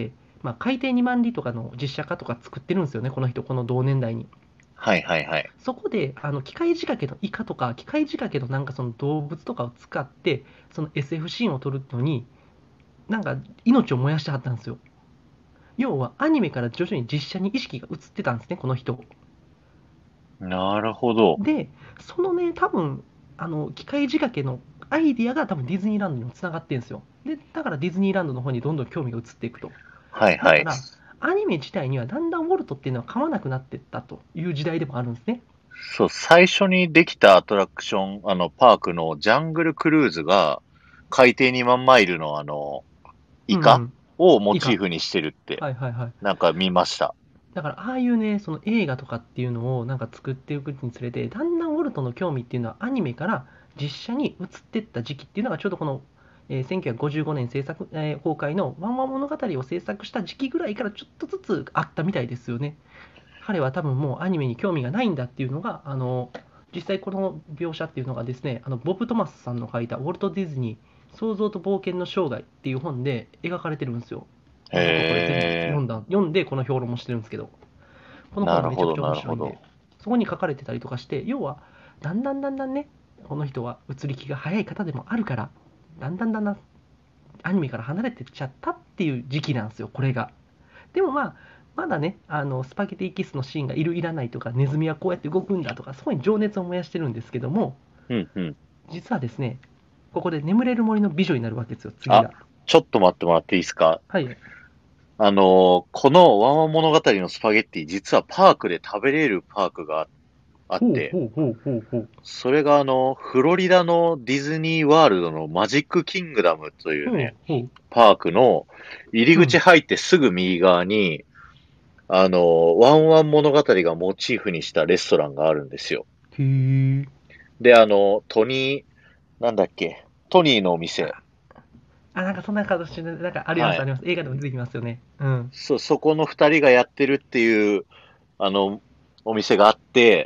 まあ、海底にまん里とかの実写化とか作ってるんですよね、この人、この同年代に。 はい、はい、はい。 そこで、あの機械仕掛けのイカとか、機械仕掛けのなんかその動物とかを使って、その エスエフ シーンを撮るのに、なんか命を燃やしてはったんですよ。要はアニメから徐々に実写に意識が移ってたんですね、この人。 なるほど。 で、そのね、多分あの機械仕掛けのアイディアが多分ディズニーランドにもつながってるんですよ。で、だからディズニーランドの方にどんどん興味が移っていくと。 はい、はい。 だから、アニメ自体にはだんだんウォルトっていうのは噛まなくなっていったという時代でもあるんですね。 そう、最初にできたアトラクション、あの、パークのジャングルクルーズが、海底にまんマイルのあの、イカうんうん。 をモいいか。 チーフにしてるって、 はいはいはい。 なんか見ました。 だから、ああいうね、その映画とかっていうのをなんか作っていくにつれて、だんだんウォルトの興味っていうのはアニメから実写に移っていった時期っていうのがちょうどこの、えーせんきゅうひゃくごじゅうごねん制作、えー公開のワンワン物語を制作した時期ぐらいからちょっとずつあったみたいですよね。彼は多分もうアニメに興味がないんだっていうのが、あの、実際この描写っていうのがですね、あのボブ・トマスさんの書いたウォルト・ディズニー創造と冒険の生涯っていう本で描かれてるんですよ。 へまあ、僕これ全部読え、 んだ、読んでこの評論もしてるんですけど、この本なるほど、 がめちゃくちゃ面なるほど。 白いんで、そこに書かれてたりとかして、要は、だんだんだんだんね、この人は移り気が早い方でもあるから、だんだんだんだんアニメから離れてっちゃったっていう時期なんですよ、これが。でもまあ、まだね、あのスパゲティキスのシーンがいる、いらないとか、ネズミはこうやって動くんだとか、そこに情熱を燃やしてるんですけども、 うん、うん。 実はですね、ここで眠れる森の美女になるわけですよ、次あ、 が。 ちょっと待ってもらっていいですか？ はい。 あのーこのワンワン物語のスパゲッティ、実はパークで食べれるパークがあっほうて、 ほうほうほうほう。 それがあの、フロリダのディズニーワールドのマジックキングダムというほね、 うほう。 パークの入りうん。 口入ってすぐ右側に、あの、ワンワン物語がモチーフにしたレストランがあるんですよ。 へえ。 で、あの、トニー、なんだっけ、トニーのお店。 あ、あ、なんかそんな形で、なんかあります、あはい。 ります。映画でも出てきますよね。うん。 そ、そこの二人がやってるっていう、あの、お店があって、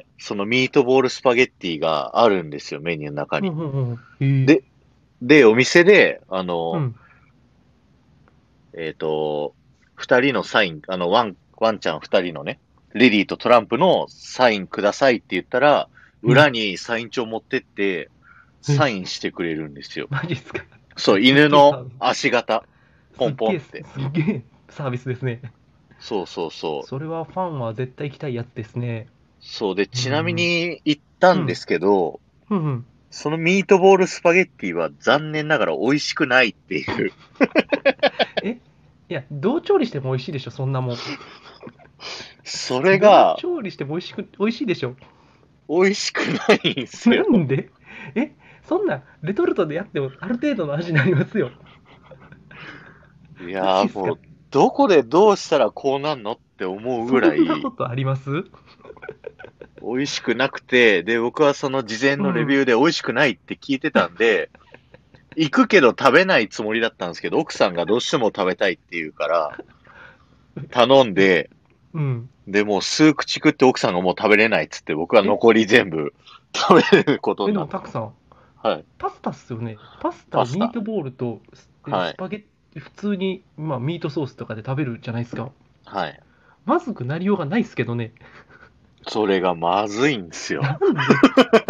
そのミートボールスパゲッティがあるんですよ、メニューの中に。 うんうんうん。へえ。 で、で、お店で、あの、 うん。 えっと、二人のサイン、あの、ワン、ワンちゃん二人のね、レディーとトランプのサインくださいって言ったら、 え、 裏にサイン帳持ってって、 え、 サインしてくれるんですよ。 マジっすか。 そう、 すっ犬のげえサービ足型、 ス。 ポすっげえ、すンポンって。 っげえサービスですね。 そうそうそう。 それはファンは絶対行きたいやつですね。 そうで、 うちなみん。 に行ったうん。 んですけど、 うんうん。 そのミートボールスパゲッティは残念ながら美味しくないっていう。 え、いや、どう調理しても美味しいでしょ、そんなもん。 それどうが調理しても美味しく、美味しいでしょ。 美味しくないんですなよ。 んでえ、そんな、レトルトでやってもある程度の味になりますよ。 いマジっすか。 やーもう、どこでどうしたらこうなんのって思うぐそらいんなことあります？ 美味しくなくて、で、僕はその事前のレビうん。 ューで美味しくないって聞いてたんで、行くけど食べないつもりだったんですけど、奥さんがどうしても食べたいって言うから、頼んえ、 で、 うん。 で、もう数口食って奥さんがもう食べれないっつって僕はえ残り全部食べれることえ、でもになった。 たくさん、 はい。 パスタっすよね。パスタをパスタ。 ミートボールとスではい。 スパゲッティ、普通に、まあ、ミートソースとかで食べるじゃないですか。 はい。 まずくなりようがないっすけどね。 それがまずいんですよ。 なんで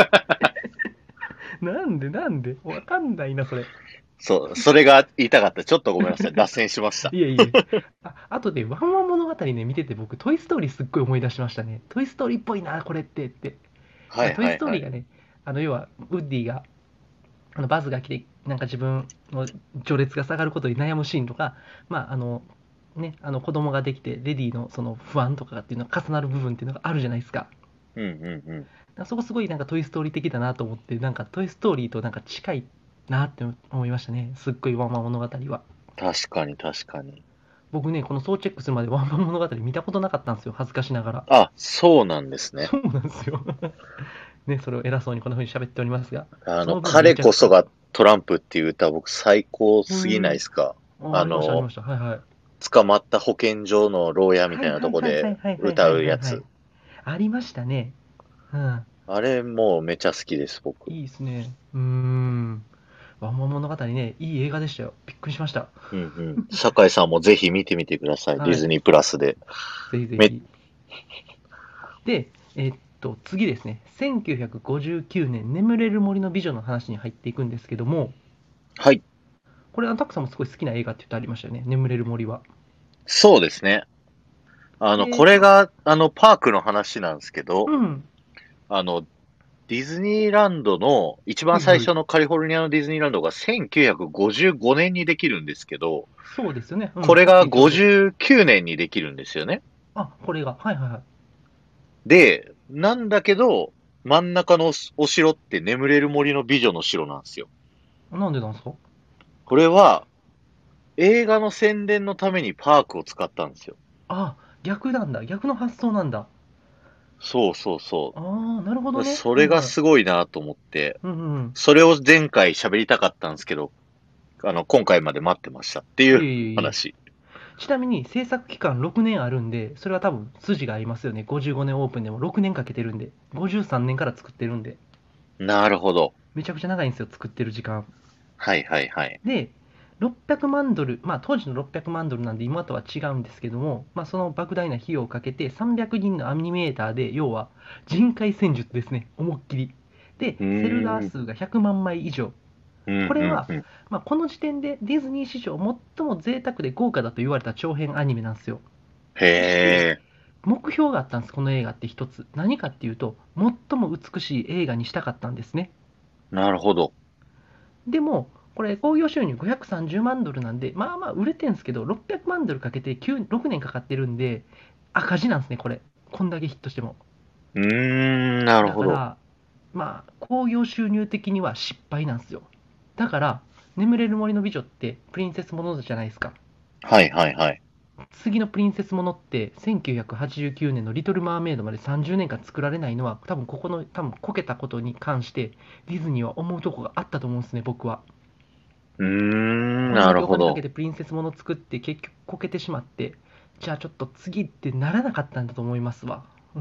なんでなんでわかんないな、それ。 そう、それが言いたかった。ちょっとごめんなさい。脱線しました。 いえいえ。あ、あとで、ワンワン物語ね、見てて僕、トイ・ストーリーすっごい思い出しましたね。トイ・ストーリーっぽいな、これってって。 はまあ、トイ・スいはいはい。 トーリーがね、あの、要は、ウッディが、あのバズが来て、なんか自分の序列が下がることに悩むシーンとか、まあ、あの、ね、あの子供ができて、レディのその不安とかっていうのが重なる部分っていうのがあるじゃないですか。 うんうんうん。 だからそこすごいなんかトイ・ストーリー的だなと思って、なんかトイ・ストーリーとなんか近いなって思いましたね。すっごいワンワン物語は。 確かに確かに。 僕ね、この総チェックするまでワンワン物語見たことなかったんですよ。恥ずかしながら。 あ、そうなんですね。 そうなんですよ。ね、それを偉そうにこんな風に喋っておりますが、 あの、 その分め彼ちゃくちゃ、 こそがトランプっていう歌僕最高うすぎないでん、 すか？ あ、ありました、ありあの、 ました。はいはい。 捕まった保健所の牢屋みはいたいなはいはいはとこでいはいはい歌はいうやつ。 はいはい。ありましたね。うん。 あれもうめちゃ好きです、僕。 いいですね。うーん。ワンワン物語ね、いい映画でしたよ。びっくりしました。 うんうん。酒井さんもぜひ見てみてください。ディはい。 ズニープラスで。 ぜひぜめ、 ひ。で、えっと、次ですね。せんきゅうひゃくごじゅうきゅうねん、眠れる森の美女の話に入っていくんですけども、 はい。 これ、あのタクさんもすごい好きな映画って言ってありましたよね。眠れる森は。 そうですね。あの、こで、ま、 れが、あの、パークの話なんですけど、 うん。 あの、ディズニーランドの、一番ほいほい。 最初のカリフォルニアのディズニーランドがせんきゅうひゃくごじゅうごねんにできるんですけど、 そうですよね。うん。 これがさっきちょうど。 ごじゅうきゅうねんにできるんですよね。 あ、これが。はいはいはい。 で、なんだけど、真ん中のお城って眠れる森の美女の城なんですよ。 なんでなんですか？ これは、映画の宣伝のためにパークを使ったんですよ。 あ、逆なんだ。逆の発想なんだ。 そうそうそああ、なるほどう。 ね。 それがはいはい。 すごいなと思って、 うんうん。 それを前回喋りたかったんですけど、あの、今回まで待ってましたっていういえいえいえ。 話。 ちなみに制作期間ろくねんあるんで、それは多分筋が合いますよね。ごじゅうごねんオープンでもろくねんかけてるんで、ごじゅうさんねんから作ってるんで、 なるほど。 めちゃくちゃ長いんですよ、作ってる時間。 はいはいはい。 で、ろっぴゃくまんドル、まあ当時のろっぴゃくまんドルなんで今とは違うんですけども、まあその莫大な費用をかけてさんびゃくにんのアニメーターで、要は人海戦術ですね、思いっきり。で、 うセル画ーん。 数がひゃくまんまい以上。 うんこれは、 うんうん。 まあ、この時点でディズニー史上最も贅沢で豪華だと言われた長編アニメなんですよ。 へそして、 え。 目標があったんです、この映画って一つ。何かっていうと、最も美しい映画にしたかったんですね。 なるほど。 でも、これ、興行収入ごひゃくさんじゅうまんドルなんで、まあまあ売れてんすけど、ろっぴゃくまんドルかけてきゅう、ろくねんかかってるんで、赤字なんですね、これ。こんだけヒットしても。 うーん、なるほど。 だから、まあ、興行収入的には失敗なんですよ。だから、眠れる森の美女ってプリンセスものじゃないですか。 はいはいはい。 次のプリンセスものってせんきゅうひゃくはちじゅうきゅうねんのリトル・マーメイドまでさんじゅうねんかん作られないのは多分ここの多分こけたことに関してディズニーは思うとこがあったと思うんですね、僕は。 うーん、 こんだけお金かなるほど。 けてプリンセスもの作って結局こけてしまって、じゃあちょっと次ってならなかったんだと思いますわ。うん。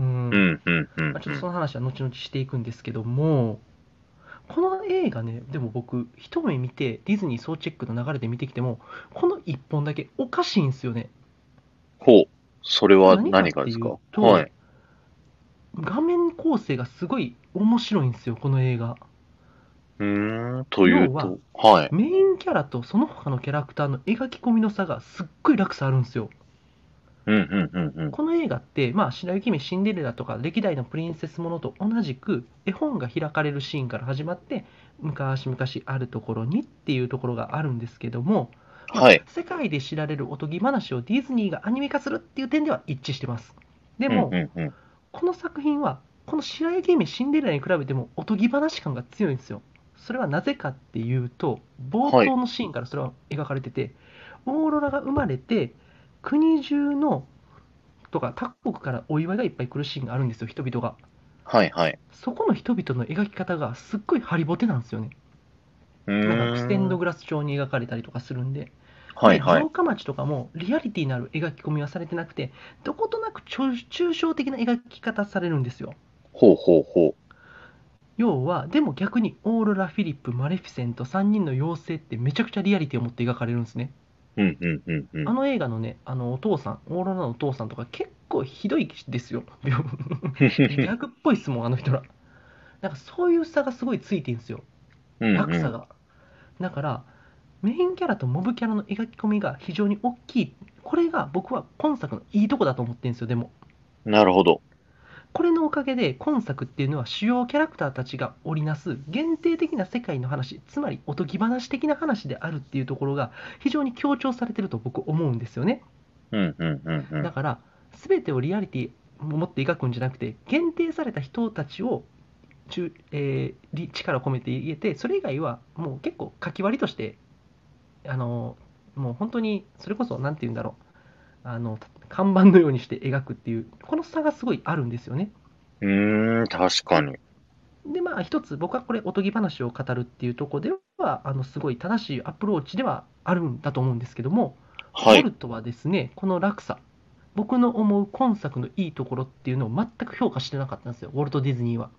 うん、うん、うん、 まあ、ちょっとうん。 その話は後々していくんですけども、この映画ね、でも僕一目見てディズニー総チェックの流れで見てきても、この一本だけおかしいんですよね。 ほう。それは何かっていう何かですか？はと、 い。 画面構成がすごい面白いんですよ、この映画。 うーん、という要は、 と、はい。 メインキャラとその他のキャラクターの描き込みの差がすっごい落差あるんですよ。 うん、うん、うん、うん。 この映画って、まあ、白雪姫シンデレラとか歴代のプリンセスものと同じく、絵本が開かれるシーンから始まって、昔々あるところにっていうところがあるんですけども、まあ、 はい。 世界で知られるおとぎ話をディズニーがアニメ化するっていう点では一致してます。でうん、 も、 うん、うん。 この作品は、この白雪姫シンデレラに比べてもおとぎ話感が強いんですよ。それはなぜかっていうと、冒はい。 頭のシーンからそれは描かれてて、オーロラが生まれて、国中のとか各国からお祝いがいっぱい来るシーンがあるんですよ、人々が。 はい、はい。 そこの人々の描き方がすっごいハリボテなんですよね。 うなんかステンーん。 ドグラス調に描かれたりとかするんで。 で、 はいはい。 城下町とかもリアリティのある描き込みはされてなくて、どことなく抽抽象的な描き方されるんですよ。 ほうほうほ要は、でも逆にオーロラ、フィリップ、マレフィセントさんにんの妖精ってめちゃくちゃリアリティを持って描かれるんですね。 う。うんうんうんうん。 あの映画のね、あのお父さん、オーロラのお父さんとか結構ひどいですよ。ギャグっぽいっすもん、あの人ら。なんかそういう差がすごいついてるんですよ。 うんう落差が。だから、メインキャラとモブキャラの描き込みが非常に大きい。これが僕は今作のいいとこだと思ってるんですよ、でも。 ん。なるほど。 これのおかげで今作っていうのは主要キャラクターたちが織りなす限定的な世界の話、つまりおとぎ話的な話であるっていうところが非常に強調されてると僕思うんですよね。 うんうんうんうん。 だから、全てをリアリティを持って描くんじゃなくて、限定された人たちを中、えー力を込めて入れて、それ以外はもう結構書き割りとして、あのもう本当にそれこそ何て言うんだろう、あの看板のようにして描くっていう、この差がすごいあるんですよね。 うーん、確かで、 に。 でまあ一つ僕はこれおとぎ話を語るっていうところではあのすごい正しいアプローチではあるんだと思うんですけども、ウはい。 ォルトはですね、この落差、僕の思う今作のいいところっていうのを全く評価してなかったんですよ、ウォルト・ディズニーは。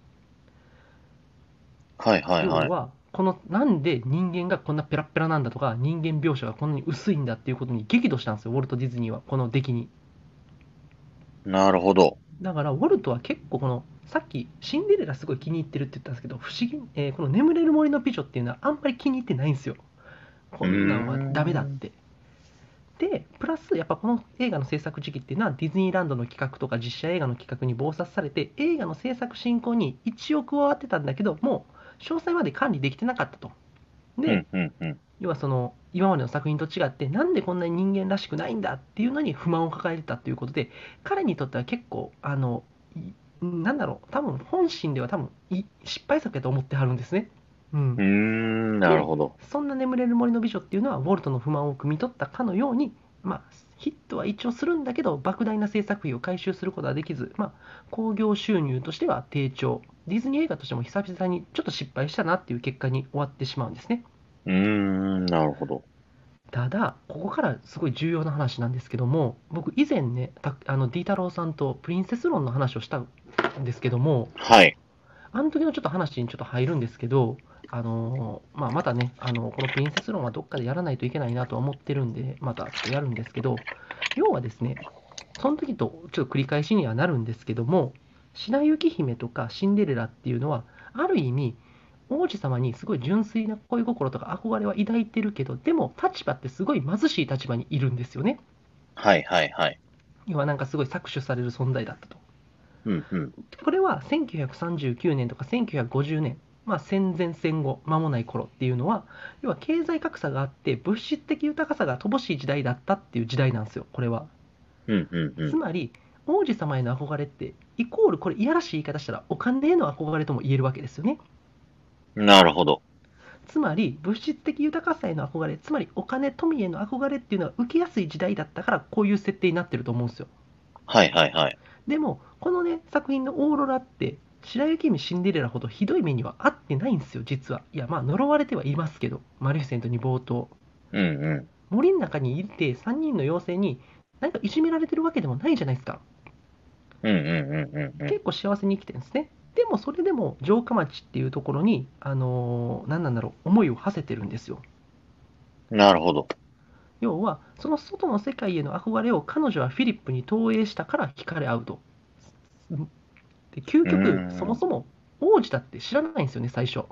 はいはいはい。 要は、このなんで人間がこんなペラッペラなんだとか、人間描写がこんなに薄いんだっていうことに激怒したんですよ、ウォルト・ディズニーは、この出来に。 なるほど。 だから、ウォルトは結構この、さっきシンデレラすごい気に入ってるって言ったんですけど、不思議、えーこの眠れる森の美女っていうのはあんまり気に入ってないんですよ。 うーこんなんはダメだっん。 て。で、プラス、やっぱこの映画の制作時期っていうのは、ディズニーランドの企画とか実写映画の企画に忙殺されて、映画の制作進行に一応加わってたんだけど、もう詳細まで管理できてなかったと。で、 うんうんうん。 要はその今までの作品と違ってなんでこんなに人間らしくないんだっていうのに不満を抱えてたということで、彼にとっては結構あのなんだろう、多分本心では多分失敗作やと思ってはるんですね。ううーん、 ん、なるでほど。 そんな眠れる森の美女っていうのはウォルトの不満を汲み取ったかのように、まあ、ヒットは一応するんだけど莫大な制作費を回収することはできず、まあ、興行収入としては低調、ディズニー映画としても久々にちょっと失敗したなっていう結果に終わってしまうんですね。 うーん、なるほど。 ただ、ここからすごい重要な話なんですけども、僕以前ね、たあのディータローさんとプリンセス論の話をしたんですけども、 はい。 あの時のちょっと話にちょっと入るんですけど、あのまあ、またね、あのこのプリンセス論はどっかでやらないといけないなとは思ってるんで、またちょっとやるんですけど、要はですね、その時とちょっと繰り返しにはなるんですけども、白雪姫とかシンデレラっていうのは、ある意味、王子様にすごい純粋な恋心とか憧れは抱いてるけど、でも立場ってすごい貧しい立場にいるんですよね。 はいはいはい。 要はなんかすごい搾取される存在だったと。 うんうん。 これはせんきゅうひゃくさんじゅうきゅうねんとかせんきゅうひゃくごじゅうねん、まあ、戦前戦後間もない頃っていうのは、要は経済格差があって物質的豊かさが乏しい時代だったっていう時代なんですよ、これは。 うんうんうつまり王子様への憧れってイコール、これいやらしい言い方したらお金への憧れとも言えるわけですよね。 ん。なるほど。 つまり物質的豊かさへの憧れ、つまりお金富への憧れっていうのは受けやすい時代だったから、こういう設定になってると思うんですよ。 はいはいはい。 でもこのね作品のオーロラって白雪姫シンデレラほどひどい目には合ってないんですよ、実は。いや、まあ呪われてはいますけど、マレフィセントに冒頭うんう森の中にいてさんにんの妖精に何かいじめられてるわけでもないじゃないですか。 ん。うんうんうんうんう結構幸せに生きてるんですね。でもそれでも城下町っていうところに、あのー何なんだろう、思いを馳せてるんですよ。 ん。なるほど。 要はその外の世界への憧れを彼女はフィリップに投影したから惹かれ合うと。で究うー極そもん。 そも王子だって知らないんですよね、最初。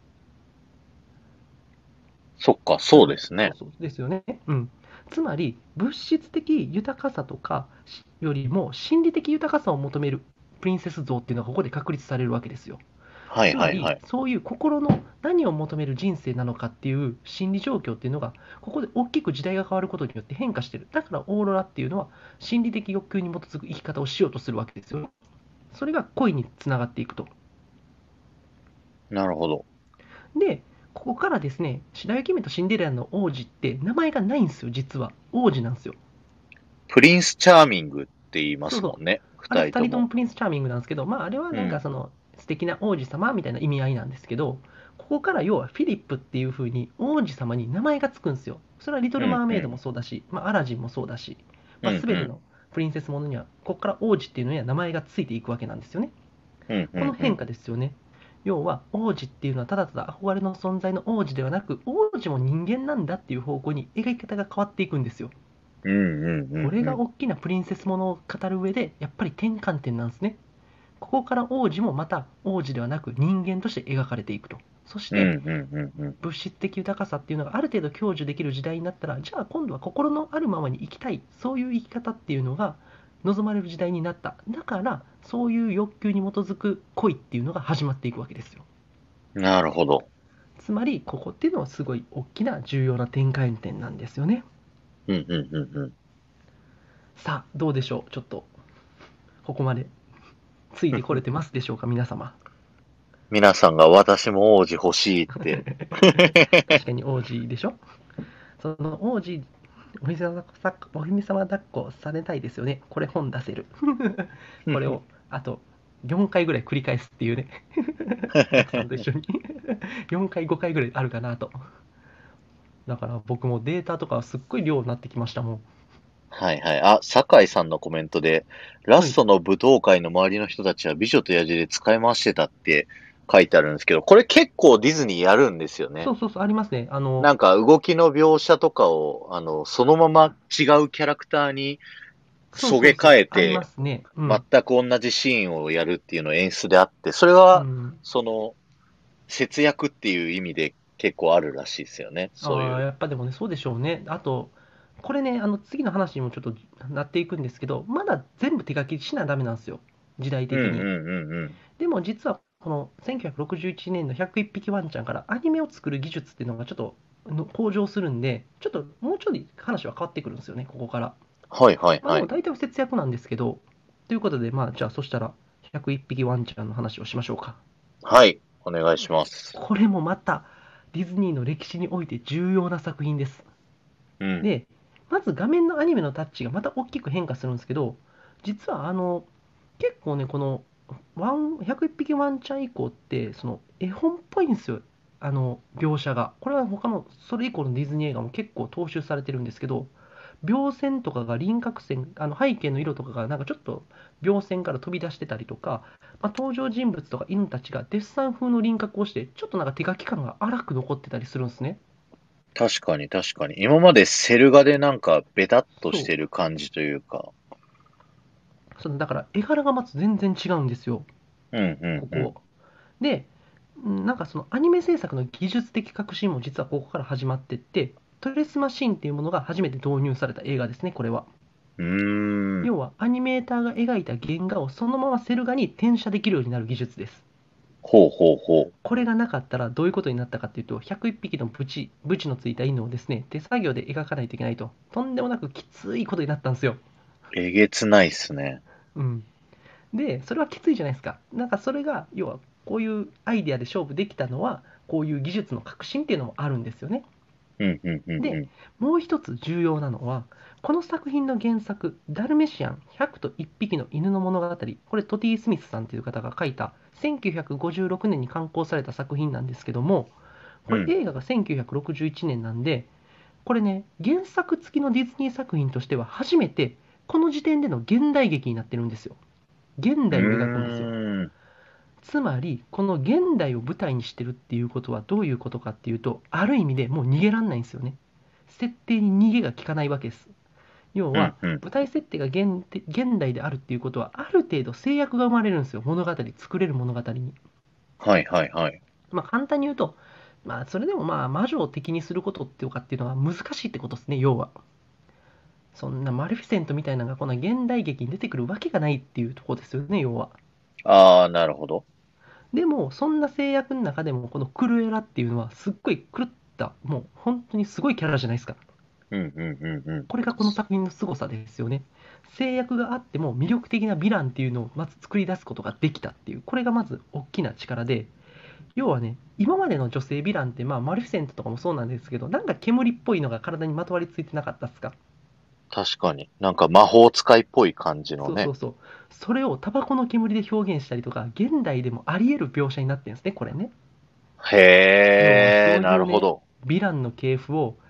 そっか、 つまり、 そうですね。 そうそうですよね。うん。つまり、物質的豊かさとかよりも心理的豊かさを求めるプリンセス像っていうのがここで確立されるわけですよ。 はいつまり、 はいはい。 そういう心の何を求める人生なのかっていう心理状況っていうのが、ここで大きく時代が変わることによって変化してる。だからオーロラっていうのは心理的欲求に基づく生き方をしようとするわけですよ。それが恋につながっていくと。 なるほど。 で、ここからですね、白雪姫とシンデレラの王子って名前がないんですよ、実は。王子なんですよ。 プリンスチャーミングって言いまそうそう。 すもんね。 あれ、二人とも二人とも。 プリンスチャーミングなんですけど、まあ、あれはなんかうん。 その素敵な王子様みたいな意味合いなんですけど、ここから要はフィリップっていう風に王子様に名前がつくんですよ。 それはリトル・マーメイドうんうん。 もそうだし、まあ、アラジンもそうだし、まあ、 うんうん。 全てのプリンセスものには、ここから王子っていうのには名前がついていくわけなんですよね。 うんうこの変んうん。 化ですよね。要は、王子っていうのはただただ憧れの存在の王子ではなく、王子も人間なんだっていう方向に描き方が変わっていくんですよ。 うんうんうこれんうん。 が大きなプリンセスものを語る上で、やっぱり転換点なんですね。ここから王子もまた王子ではなく人間として描かれていくと。そしうんて、 うんうんうん。 物質的豊かさっていうのがある程度享受できる時代になったら、じゃあ今度は心のあるままに生きたい、そういう生き方っていうのが望まれる時代になった。だから、そういう欲求に基づく恋っていうのが始まっていくわけですよ。 なるほど。 つまり、ここっていうのはすごい大きな重要な転換点なんですよね。 うんうんうんうん。 さあ、どうでしょう。ちょっと、ここまでついてこれてますでしょうか、皆様。 皆さんが私も王子欲しいって。 確かに王子でしょ。その王子、お姫様抱っこお姫様抱っこされたいですよね。これ本出せる。これを、あと、よんかいぐらい繰り返すっていうね。お客さんと一緒に。よんかい、ごかいぐらいあるかなと。だから僕もデータとかすっごい量になってきましたもん。 はいはい。あ、酒井さんのコメントで、ラはい。 ストの武道会の周りの人たちは美女と野獣で使い回してたって書いてあるんですけど、これ結構ディズニーやるんですよね。 そうそうそう、ありますね。あの、 なんか動きの描写とかを、あの、そのまま違うキャラクターにそうそげそうそう、ありま替えて、 すね。う全ん。 く同じシーンをやるっていうの演出であって、それは、 うん。 その、節約っていう意味で結構あるらしいですよね。そうああ、 いう。 やっぱでもね、そうでしょうね。あと、これね、あの次の話にもちょっとなっていくんですけど、まだ全部手書きしなダメなんですよ。時代的に。 うんうんうんうん。 でも実はこのせんきゅうひゃくろくじゅういちねんのひゃくいっぴきワンちゃんからアニメを作る技術っていうのがちょっとの向上するんで、ちょっともうちょい話は変わってくるんですよね、ここから。 はいはいまあではい。 も大体は節約なんですけど、ということで、まあじゃあそしたらひゃくいっぴきワンちゃんの話をしましょうか。 はい。お願いします。 これもまたディズニーの歴史において重要な作品です。 うん。 で、まず画面のアニメのタッチがまた大きく変化するんですけど、実はあの、結構ね、このワンひゃくいっぴきワンちゃん以降って、その絵本っぽいんですよ、あの描写が。これは他の、それ以降のディズニー映画も結構踏襲されてるんですけど、描線とかが輪郭線、あの背景の色とかがなんかちょっと描線から飛び出してたりとか、まあ、登場人物とか犬たちがデッサン風の輪郭をして、ちょっとなんか手書き感が荒く残ってたりするんですね。 確かに確かに。今までセル画でなんかベタっとしそう。 てる感じというか。 そのだから絵柄がまず全然違うんですよ、 うんうんうん。 ここ。で、なんかそのアニメ制作の技術的革新も実はここから始まってって、トレスマシンっていうものが初めて導入された映画ですね、これは。 うーん。 要はアニメーターが描いた原画をそのままセル画に転写できるようになる技術です。 ほうほうほこれがなかったらどういうことになったかっていうと、ひゃくいっぴきのブチ、ブチのついた犬をですね、手作業で描かないといけないと、とんでもなくきついことになったんですよ。 う。えげつないっすね。 うん。で、それはきついじゃないですか。なんかそれが、要はこういうアイデアで勝負できたのは、こういう技術の革新っていうのもあるんですよね。 うんうんうんうで、 ん。 もう一つ重要なのは、この作品の原作、ダルメシアンひゃくといっぴきの犬の物語、これトティ・スミスさんという方が書いたせんきゅうひゃくごじゅうろくねんに刊行された作品なんですけども、これうん。 映画がせんきゅうひゃくろくじゅういちねんなんで、これね、原作付きのディズニー作品としては初めて、この時点での現代劇になってるんですよ。現う代を描くんですよ。 ーん。 つまり、この現代を舞台にしてるっていうことはどういうことかっていうと、ある意味でもう逃げらんないんですよね。設定に逃げが効かないわけです。要は、 うんうん。 舞台設定が現現代であるっていうことは、ある程度制約が生まれるんですよ。物語、作れる物語に。 はいはいはい。 まあ、簡単に言うと、まあ、それでもまあ、魔女を敵にすることっていうかっていうのは難しいってことですね、要は。そんなマレフィセントみたいなのがこの現代劇に出てくるわけがないっていうところですよね、要は。 ああ、なるほど。 でも、そんな制約の中でも、このクルエラっていうのは、すっごい狂った、もう本当にすごいキャラじゃないですか。 うんうんうんうん。 これがこの作品の凄さですよね。制約があっても魅力的なヴィランっていうのをまず作り出すことができたっていう、これがまず大きな力で、要はね、今までの女性ヴィランって、まあ、マレフィセントとかもそうなんですけど、なんか煙っぽいのが体にまとわりついてなかったっすか。 確かに。なんか魔法使いっぽい感じのね。 そうそうそう。それをタバコの煙で表現したりとか、現代でもあり得る描写になってるんですね、これね。要はへえ、 そういうね、 なるほど。 ヴィランの系譜を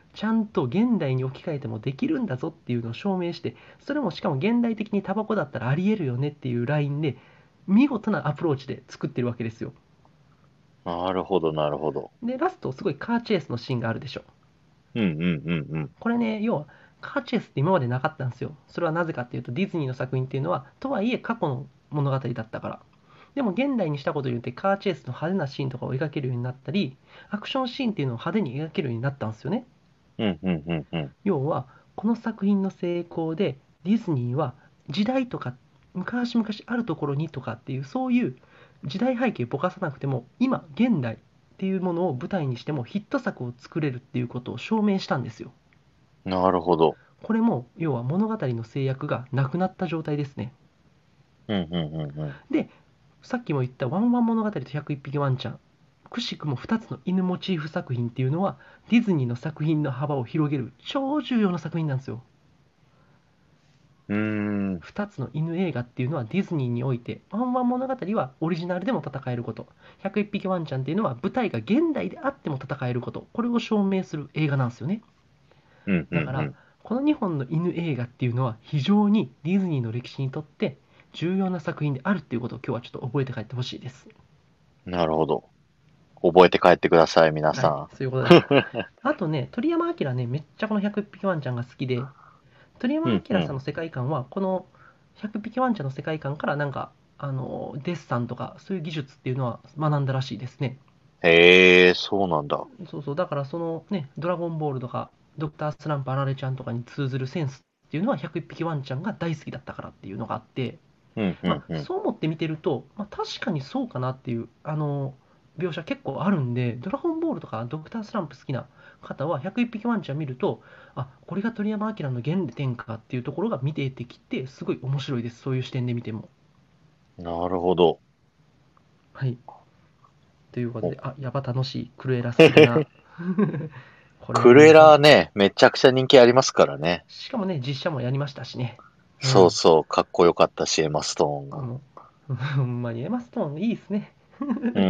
ちゃんと現代に置き換えてもできるんだぞっていうのを証明して、それもしかも現代的にタバコだったらありえるよねっていうラインで、見事なアプローチで作ってるわけですよ。 なるほど、なるほど。 で、ラスト、すごいカーチェイスのシーンがあるでしょ。 うんうんうんうん。 これね、要は、カーチェイスって今までなかったんですよ。それはなぜかっていうと、ディズニーの作品っていうのは、とはいえ過去の物語だったから。でも現代にしたことによってカーチェイスの派手なシーンとかを描けるようになったり、アクションシーンっていうのを派手に描けるようになったんですよね。 うんうんうんうん。 要は、この作品の成功で、ディズニーは時代とか、昔々あるところにとかっていう、そういう時代背景をぼかさなくても、今、現代っていうものを舞台にしてもヒット作を作れるっていうことを証明したんですよ。 なるほど。 これも、要は物語の制約がなくなった状態ですね。 うんうんうんうん。 で、さっきも言ったワンワン物語とひゃくいっぴきワンちゃん、くしくもふたつの犬モチーフ作品っていうのは、ディズニーの作品の幅を広げる超重要な作品なんですよ。 うーん。 ふたつの犬映画っていうのはディズニーにおいて、ワンワン物語はオリジナルでも戦えること、ひゃくいっぴきワンちゃんっていうのは舞台が現代であっても戦えること、これを証明する映画なんですよね。 うんうんだから、 うん。 このにほんの犬映画っていうのは非常にディズニーの歴史にとって重要な作品であるっていうことを今日はちょっと覚えて帰ってほしいです。 なるほど。覚えて帰ってください、皆はい、 さそういうことです。あとね、鳥山明ね、めっちゃこのひゃくいっぴきワンちゃんが好きで、鳥ん。う山んうん。 明さんの世界観は、このひゃくいっぴきワンちゃんの世界観からなんか、あの、デッサンとか、そういう技術っていうのは学んだらしいですね。 へえ、そうなんだ。 そうそう、だからそのね、ドラゴンボールとか、ドクタースランプあられちゃんとかに通ずるセンスっていうのはひゃくいっぴきワンちゃんが大好きだったからっていうのがあって、 うんうまあ、 んうん。 そう思って見てると、まあ、確かにそうかなっていう、あの、描写結構あるんで、ドラゴンボールとかドクタースランプ好きな方はひゃくいっぴきワンちゃん見ると、あ、これが鳥山明の原点かっていうところが見ててきて、すごい面白いです。そういう視点で見ても。 なるほど。 はい。ということおで、あ、やば楽しい。クルエラ好きだな。これはクルエもうほん、 ラね、めちゃくちゃ人気ありますからね。 しかもね、実写もやりましたしね。うん。 そうそう、かっこよかったし、エマストーンが。 もう、ほんまにエマストーンいいですね。 うん。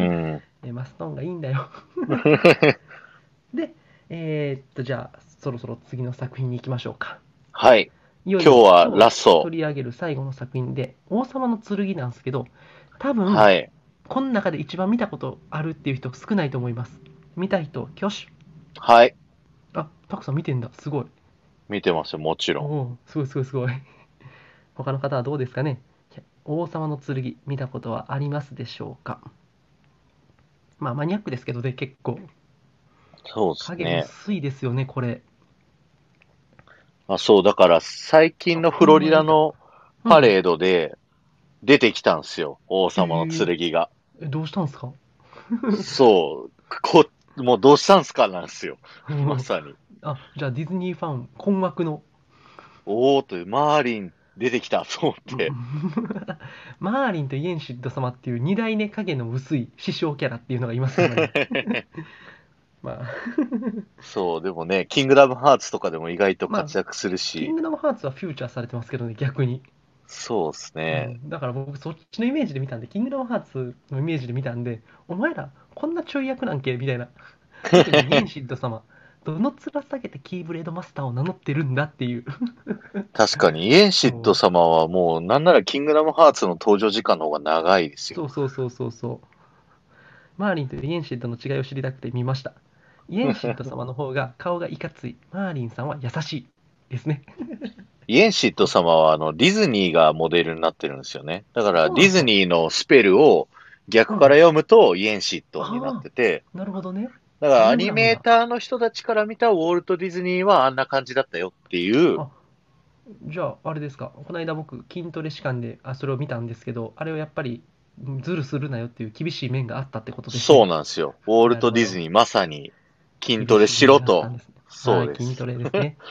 エマストーンがいいんだよ。で、えーっと、じゃあ、そろそろ次の作品に行きましょうか。 はい。 いよい今日はよ今日ラスト。 取り上げる最後の作品で、王様の剣なんですけど、多分、 はい。 この中で一番見たことあるっていう人少ないと思います。見た人、挙手。 はい。 あ、タコさん見てんだ。すごい。 見てますよ、もちろん。 おお、すごいすごいすごい。他の方はどうですかね。王様の剣、見たことはありますでしょうか。まあ、マニアックですけどね、結構。 そうです影ね。 薄いですよね、これ。 あ、そう、だから最あ、 近のフロほんまにいた。 リダのうん。 パレードで出てきたんですよ。王へ様の剣が。 え、どうしたんすか？ そう。こ、もうどうしたんすかなんですよ。まさに。 あ、じゃあディズニーファン困惑の。 おーと、マーリン出てきたと思っうん。 て。 マーリンとイエンシッド様っていう二代目影の薄い師匠キャラっていうのがいますからね。まあ、 そう、でもね、キングダムハーツとかでも意外とまあ、 活躍するキンし、 グダムハーツはフューチャーされてますけどね、逆に。 そうですね。 うん、だから僕そっちのイメージで見たんで、キングダムハーツのイメージで見たんで、お前らこんなちょい役なんけみたいな。特にイエンシッド様、どの面下げてキーブレードマスターを名乗ってるんだっていう。 確かに、イエンシッドそう、 様はもう、なんならキングダムハーツの登場時間の方が長いですよ。 そうそうそうそうそう。マーリンとイエンシッドの違いを知りたくて見ました。イエンシッド様の方が顔がいかつい。マーリンさんは優しいですね。 イエンシッド様はあの、ディズニーがモデルになってるんですよね。だから、ディそうなんですか。 ズニーのスペルを逆からうん。 読むと、イエンシッドになっあてて、 あ、なるほどね。 だからアゲームなんだ。 ニメーターの人たちから見たウォルト・ディズニーはあんな感じだったよっていう、 あ、じゃあ、あれですか。この間僕、筋トレ士官であそれを見たんですけど、あれをやっぱり、ズルするなよっていう厳しい面があったってことですそうね。 なんですよ。ウォルト・なるほど。 ディズニーまさに筋トレ厳しい面しろと。 があったんですね。はい、筋トそうです。 レですね。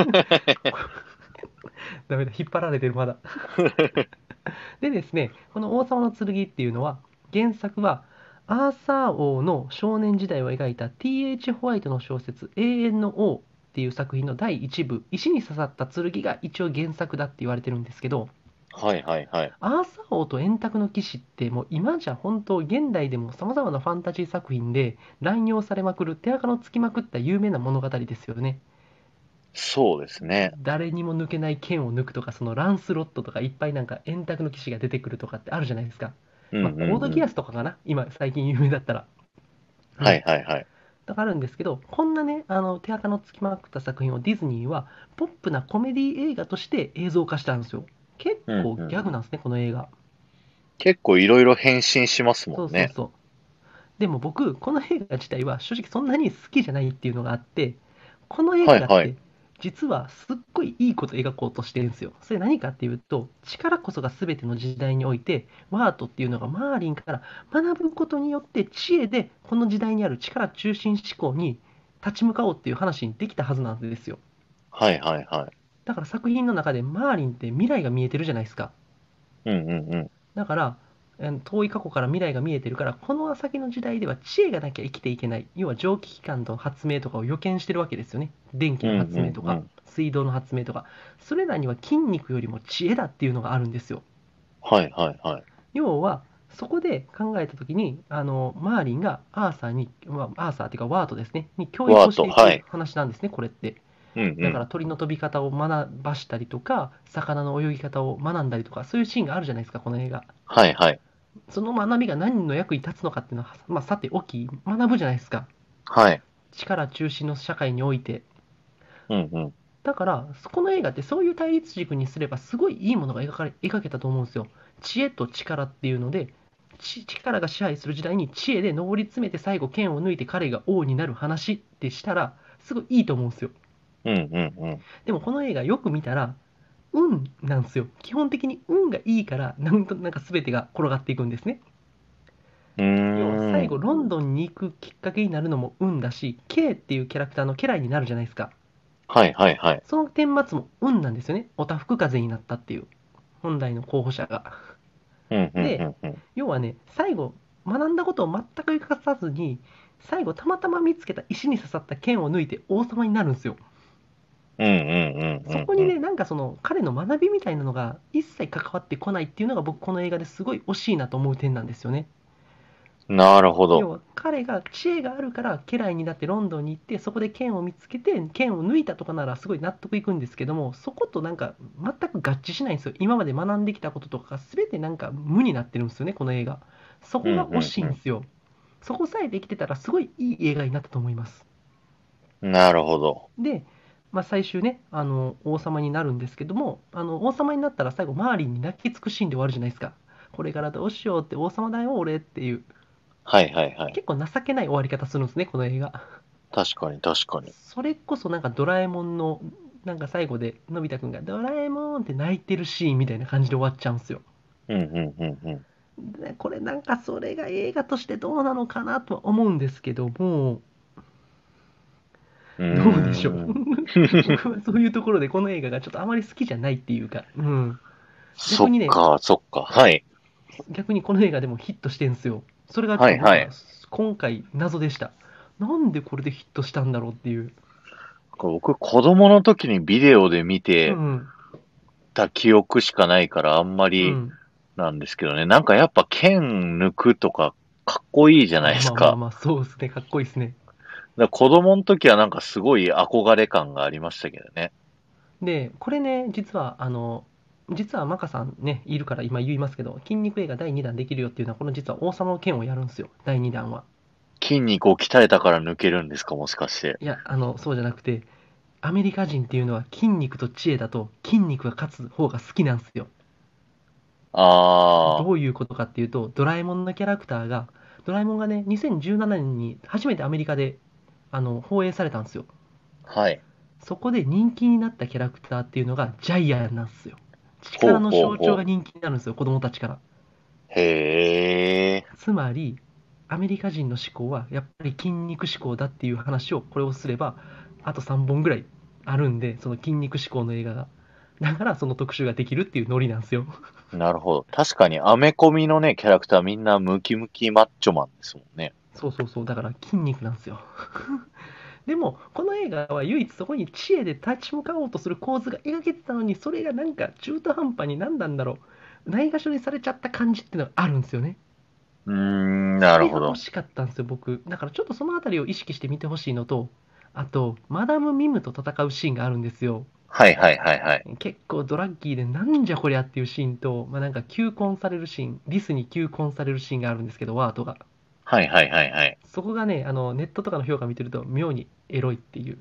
ダメだ、引っ張られてる、まだ。でですね、この王様の剣っていうのは、原作はアーサー王の少年時代を描いた ティーエイチ ホワイトの小説「永遠の王」っていう作品のだいいち部、石に刺さった剣が一応原作だって言われてるんですけど、 はいはいはい。 アーサー王と円卓の騎士ってもう今じゃ本当現代でも様々なファンタジー作品で乱用されまくる手垢のつきまくった有名な物語ですよね。 そうですね。 誰にも抜けない剣を抜くとか、そのランスロットとかいっぱいなんか円卓の騎士が出てくるとかってあるじゃないですか。 うんまあ、コードギアうんうん。 スとかかな今最近有名だったら。うはいん。 はいはい。 とかあるんですけど、こんなね、あの、手垢のつきまくった作品をディズニーは、ポップなコメディ映画として映像化したんですよ。結うん構うんうん。 ギャグなんですね、この映画。 結構いろいろ変身しますもんね。 そうそうそう。でも僕、この映画自体は正直そんなに好きじゃないっていうのがあって、この映はいはい。 画って実はすっごいいいこと描こうとしてるんですよ。それ何かっていうと、力こそが全ての時代において、ワートっていうのがマーリンから学ぶことによって知恵でこの時代にある力中心思考に立ち向かおうっていう話にできたはずなんですよ。 はいはいはい。 だから作品の中でマーリンって未来が見えてるじゃないですか。 うんうんうん。 だから、遠い過去から未来が見えてるから、この先の時代では知恵がなきゃ生きていけない。要は蒸気機関の発明とかを予見してるわけですよね。電気のうん発明とか、 うんうん。 水道の発明とか。それらには筋肉よりも知恵だっていうのがあるんですよ。 はいはいはい。 要は、そこで考えたときに、あの、マーリンがアーサーに、まあ、アーサーっていうかワートですね、に教育をしワート、 ていくはい。 話なんですね、これって。 うんうん。 だから鳥の飛び方を学ばしたりとか、魚の泳ぎ方を学んだりとか、そういうシーンがあるじゃないですか、この映画。 はいはい。 その学びが何の役に立つのかっていうのは、まあ、さておき、学ぶじゃないですか。 はい。 力中心の社会において。 うんうん。 だから、この映画ってそういう対立軸にすれば、すごいいいものが描かれ描けたと思うんですよ。知恵と力っていうので、ち力が支配する時代に知恵で上り詰めて最後剣を抜いて彼が王になる話ってしたら、すごいいいと思うんですよ。 うんうんうん。 でもこの映画よく見たら、運なんですよ。基本的に運がいいから、なんとなんか全てが転がっていくんですね。 うー要は最後ん。 ロンドンに行くきっかけになるのも運だし、K っていうキャラクターの家来になるじゃないですか。 はいはいはい。 その顛末も運なんですよね。おたふく風になったっていう、本来の候補者が。 うんうんうで、 んうん。 要はね、最後、学んだことを全く生かさずに、最後たまたま見つけた石に刺さった剣を抜いて王様になるんですよ。 うんうんうんうんうん。 そこにね、なんかその彼の学びみたいなのが一切関わってこないっていうのが僕この映画ですごい惜しいなと思う点なんですよね。 なるほど。 要は彼が知恵があるから家来になってロンドンに行ってそこで剣を見つけて剣を抜いたとかならすごい納得いくんですけども、そことなんか全く合致しないんですよ。今まで学んできたこととか全てなんか無になってるんですよね、この映画。そうんこが惜しいうんんですよ。そこさえできてたらすごいいい映画になったと思います。 うん。なるほど。 で、まあ、最終ね、あの王様になるんですけども、あの王様になったら最後マーリンに泣きつくシーンで終わるじゃないですか。これからどうしようって、王様だよ俺っていう、 はいはいはい。 結構情けない終わり方するんですね、この映画。 確かに確かに。 それこそなんかドラえもんの、なんか最後でのび太くんがドラえもんって泣いてるシーンみたいな感じで終わっちゃうんですよ。 うんうんうんうん。 でこれなんかそれが映画としてどうなのかなとは思うんですけども、 うーどうでしょう。 ん。 僕はそういうところでこの映画がちょっとあまり好きじゃないっていうか、うん。 そ逆にね、 っか、そっか。はい。 逆にこの映画でもヒットしてんすよ。それがちょっと僕ははいはい。 今回謎でした。なんでこれでヒットしたんだろうっていう。 僕、子供の時にビデオで見てうん、 た記憶しかないから、あんまりうん。 なんですけどね。なんかやっぱ剣抜くとか、かっこいいじゃないあ、 ですか。 まあまあまあ、そうですね。かっこいいですね。 だから子供の時はなんかすごい憧れ感がありましたけどね。 で、これね、実は、あの、実はマカさんね、いるから今言いますけど、筋肉映画だいにだんできるよっていうのは、この実は王様の剣をやるんですよ、だいにだんは。 筋肉を鍛えたから抜けるんですか、もしかして。 いや、あの、そうじゃなくて、アメリカ人っていうのは筋肉と知恵だと筋肉が勝つ方が好きなんですよ。 あどういうことかっていうと、ドラえもんのキャラクターが、ドラえもんがね、にせんじゅうななねんに初めてアメリカであの放映されたんですよ。 あ、はい。 そこで人気になったキャラクターっていうのがジャイアンなんですよ。 ほう力の象徴ほうほう。 が人気になるんですよ、子供たちから。 へえ。 つまり、アメリカ人の思考はやっぱり筋肉思考だっていう話を、これをすれば、あとさんぼんぐらいあるんで、その筋肉思考の映画が。だからその特集ができるっていうノリなんですよ。 なるほど。確かにアメコミのね、キャラクターみんなムキムキマッチョマンですもんね。 そうそうそう、だから筋肉なんですよ。 でもこの映画は唯一そこに知恵で立ち向かおうとする構図が描けてたのに、それがなんか中途半端に何なんだろう、ないがしろにされちゃった感じっていうのがあるんですよね。 うーん、なそれるほど。 が惜しかったんですよ、僕。だからちょっとそのあたりを意識して見てほしいのと、あと、マダム・ミムと戦うシーンがあるんですよ。 はいはいはいはい。 結構ドラッキーでなんじゃこりゃっていうシーンと、まあ、なんか求婚されるシーン、リスに求婚されるシーンがあるんですけど、ワートが。 はいはいはいはい。 そこがね、あのネットとかの評価見てると妙にエロいっていう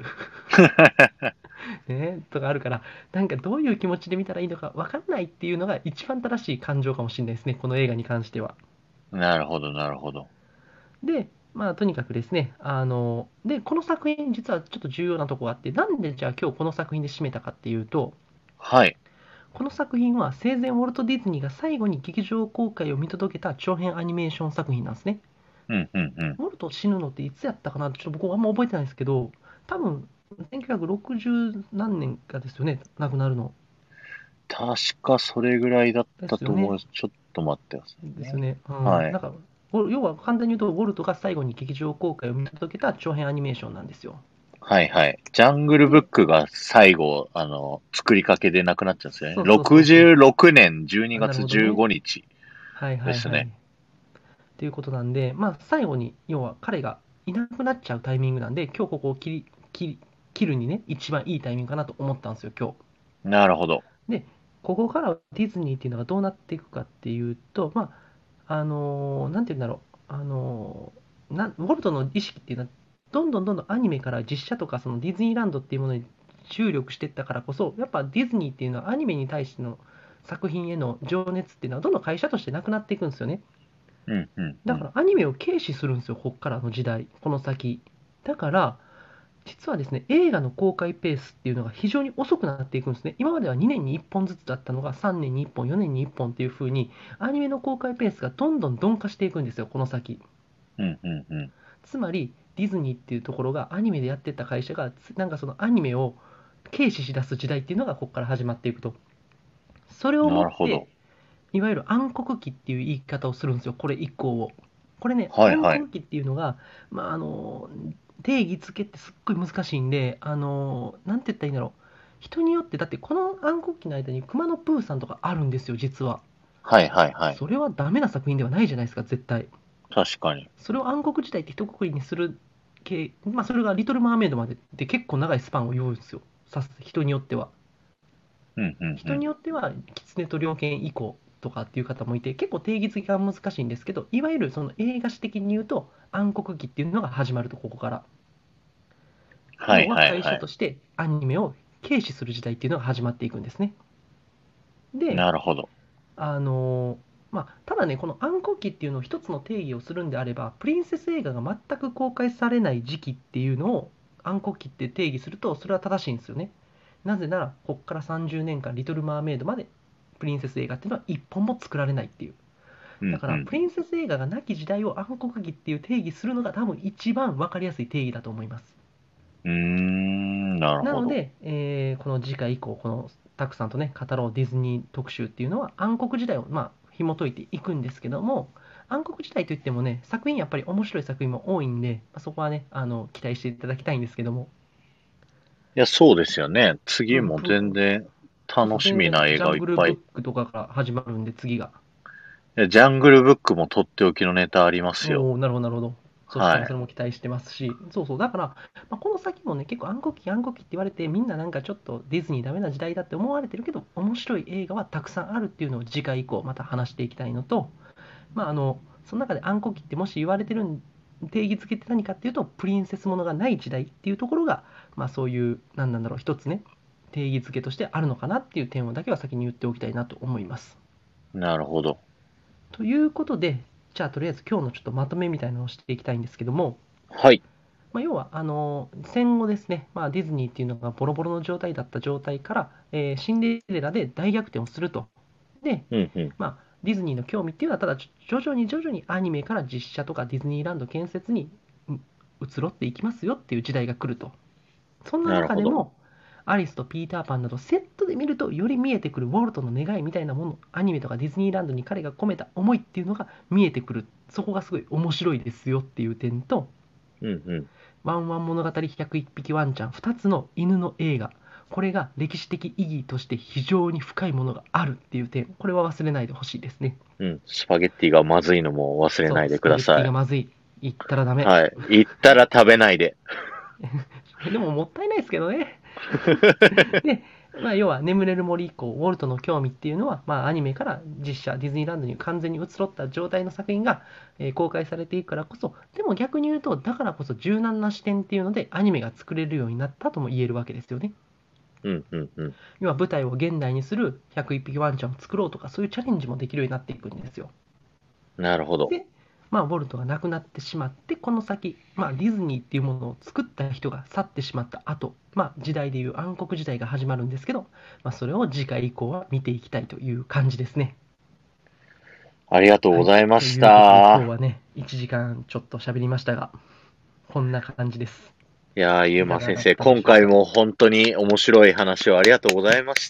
ね、とかあるから、なんかどういう気持ちで見たらいいのか分かんないっていうのが一番正しい感情かもしれないですね、この映画に関しては。 なるほどなるほど。 で、まあとにかくですね、あの、で、この作品実はちょっと重要なところがあって、なんでじゃあ今日この作品で締めたかっていうと、 はい。 この作品は生前ウォルト・ディズニーが最後に劇場公開を見届けた長編アニメーション作品なんですね。 うんうんうん。 ウォルト死ぬのっていつやったかなってちょっと僕はあんま覚えてないんですけど、多分せんきゅうひゃくろくじゅう何年かですよね、亡くなるの。 確かそれぐらいだっですよね。 たと思う。ちょっと待ってくださいね。 ですよね。うん。 はい。 なんか、要は簡単に言うと、ウォルトが最後に劇場公開を見届けた長編アニメーションなんですよ。 はいはい。ジャングルブッで、 クが最後、あの、作りかけでなくなっちゃうんですよね。 そうそうそうそう。 ろくじゅうろくねん12 あ、なる月ほどね。 15日はいはいはい。 ですね。 っていうことなんで、まあ、最後に、要は彼がいなくなっちゃうタイミングなんで、今日ここを切り、切り、切るにね、一番いいタイミングかなと思ったんですよ、今なるほど。 日。で、ここからディズニーっていうのがどうなっていくかっていうと、まあ、あのーなんて言うんだろう、あのーな、ウォルトの意識っていうのは、どんどんどんどんアニメから実写とかそのディズニーランドっていうものに注力していったからこそ、やっぱディズニーっていうのはアニメに対しての作品への情熱っていうのはどんどん会社としてなくなっていくんですよね。 うんうんうん。 だからアニメを軽視するんですよ、こっからの時代、この先。だから、実はですね、映画の公開ペースっていうのが非常に遅くなっていくんですね。今まではにねんにいっぽんずつだったのがさんねんにいっぽん、よねんにいっぽんっていう風に、アニメの公開ペースがどんどん鈍化していくんですよ、この先。 うんうんうん。 つまり、ディズニーっていうところがアニメでやってた会社が、なんかそのアニメを軽視しだす時代っていうのがここから始まっていくと。それをもって、 なるほど。 いわゆる暗黒期っていう言い方をするんですよ、これ以降を。これね、 はいはい。 暗黒期っていうのが、まあ、あの定義付けってすっごい難しいんで、あのなんて言ったらいいんだろう。人によって、だってこの暗黒期の間に熊野プーさんとかあるんですよ、実は。 はいはいはい。 それはダメな作品ではないじゃないですか、絶対。 確かに。 それを暗黒時代って一括りにする系、まあ、それがリトル・マーメイドまでで結構長いスパンを言うんですよ、さす人によっては。 うんうんうん。 人によっては狐と猟犬以降とかっていう方もいて、結構定義付けが難しいんですけど、いわゆるその映画史的に言うと暗黒期っていうのが始まると、ここからはい要は会はいはい。 社としてアニメを軽視する時代っていうのが始まっていくんですね。で、 なるほど。 あのまあ、ただね、この暗黒期っていうのを一つの定義をするんであれば、プリンセス映画が全く公開されない時期っていうのを暗黒期って定義すると、それは正しいんですよね。なぜなら、こっからさんじゅうねんかん、リトル・マーメイドまでプリンセス映画っていうのは一本も作られないっていう。 うんうだから、プリんンセス映画がなき時代を暗黒期っていう定義するのが多分一番分かりやすい定義だと思います。 うん。うーん、なるほど。 なので、えーこの次回以降、このたくさんとね、語ろうディズニー特集っていうのは暗黒時代を、まあ、紐解いていくんですけども、暗黒時代といってもね、作品やっぱり面白い作品も多いんで、まあそこはね、あの期待していただきたいんですけども、 いや、そうですよね。 うん、 次もプ全然そうそう、 楽し全然みな映ジャングル画いっぱい。いブックとかから始まるんで、次が。 や、ジャングルブックもとっておきのネタありますよ。 おお、なるほど、なるほど。そしたらそはい。 れも期待してますし、そうそう、だから、まあ、この先もね、結構暗黒期、暗黒期って言われて、みんななんかちょっとディズニーダメな時代だって思われてるけど、面白い映画はたくさんあるっていうのを次回以降、また話していきたいのと、まあ、あの、その中で暗黒期ってもし言われてる定義づけって何かっていうと、プリンセスものがない時代っていうところが、まあそういう、なんなんだろう、一つね、定義づけとしてあるのかなっていう点をだけは先に言っておきたいなと思います。 なるほど。 ということで、じゃあとりあえず今日のちょっとまとめみたいなのをしていきたいんですけども、 はい。 まあ、要はあの戦後ですね、まあ、ディズニーっていうのがボロボロの状態だった状態から、えーシンデレラで大逆転をすると。で、 うんうん。 まあ、ディズニーの興味っていうのはただ徐々に徐々にアニメから実写とかディズニーランド建設に移ろっていきますよっていう時代が来ると。そんななるほど。 中でもアリスとピーターパンなどセットで見るとより見えてくるウォルトの願いみたいなもの、アニメとかディズニーランドに彼が込めた思いっていうのが見えてくる。そこがすごい面白いですよっていう点と、 うんうん。 ワンワン物語ひゃくいっぴきワンちゃん、ふたつの犬の映画、これが歴史的意義として非常に深いものがあるっていう点、これは忘れないでほしいですね。 うん。スパゲッティがまずいのも忘れそう、 ないでスパゲッテください。 ィがまずい。言ったらダメ。 はい。行ったら食べないで。 でももったいないですけどね。で、まあ、要は眠れる森以降、ウォルトの興味っていうのは、まあ、アニメから実写ディズニーランドに完全に移ろった状態の作品が、えー公開されていくからこそ、でも逆に言うと、だからこそ柔軟な視点っていうのでアニメが作れるようになったとも言えるわけですよね。 うんうんうん。 要は舞台を現代にするひゃくいっぴきワンちゃんを作ろうとか、そういうチャレンジもできるようになっていくんですよ。 なるほど。 で、まあ、ウォルトが亡くなってしまって、この先、まあ、ディズニーっていうものを作った人が去ってしまった後、まあ、時代でいう暗黒時代が始まるんですけど、まあ、それを次回以降は見ていきたいという感じですね。 ありがとうはい。 ございましということで、今日た。 はね、いちじかんちょっと喋りましたが、こんな感じです。 いやー、ゆういかま先生、 がだったで今回しょうか。 も本当に面白い話をありがとうございました。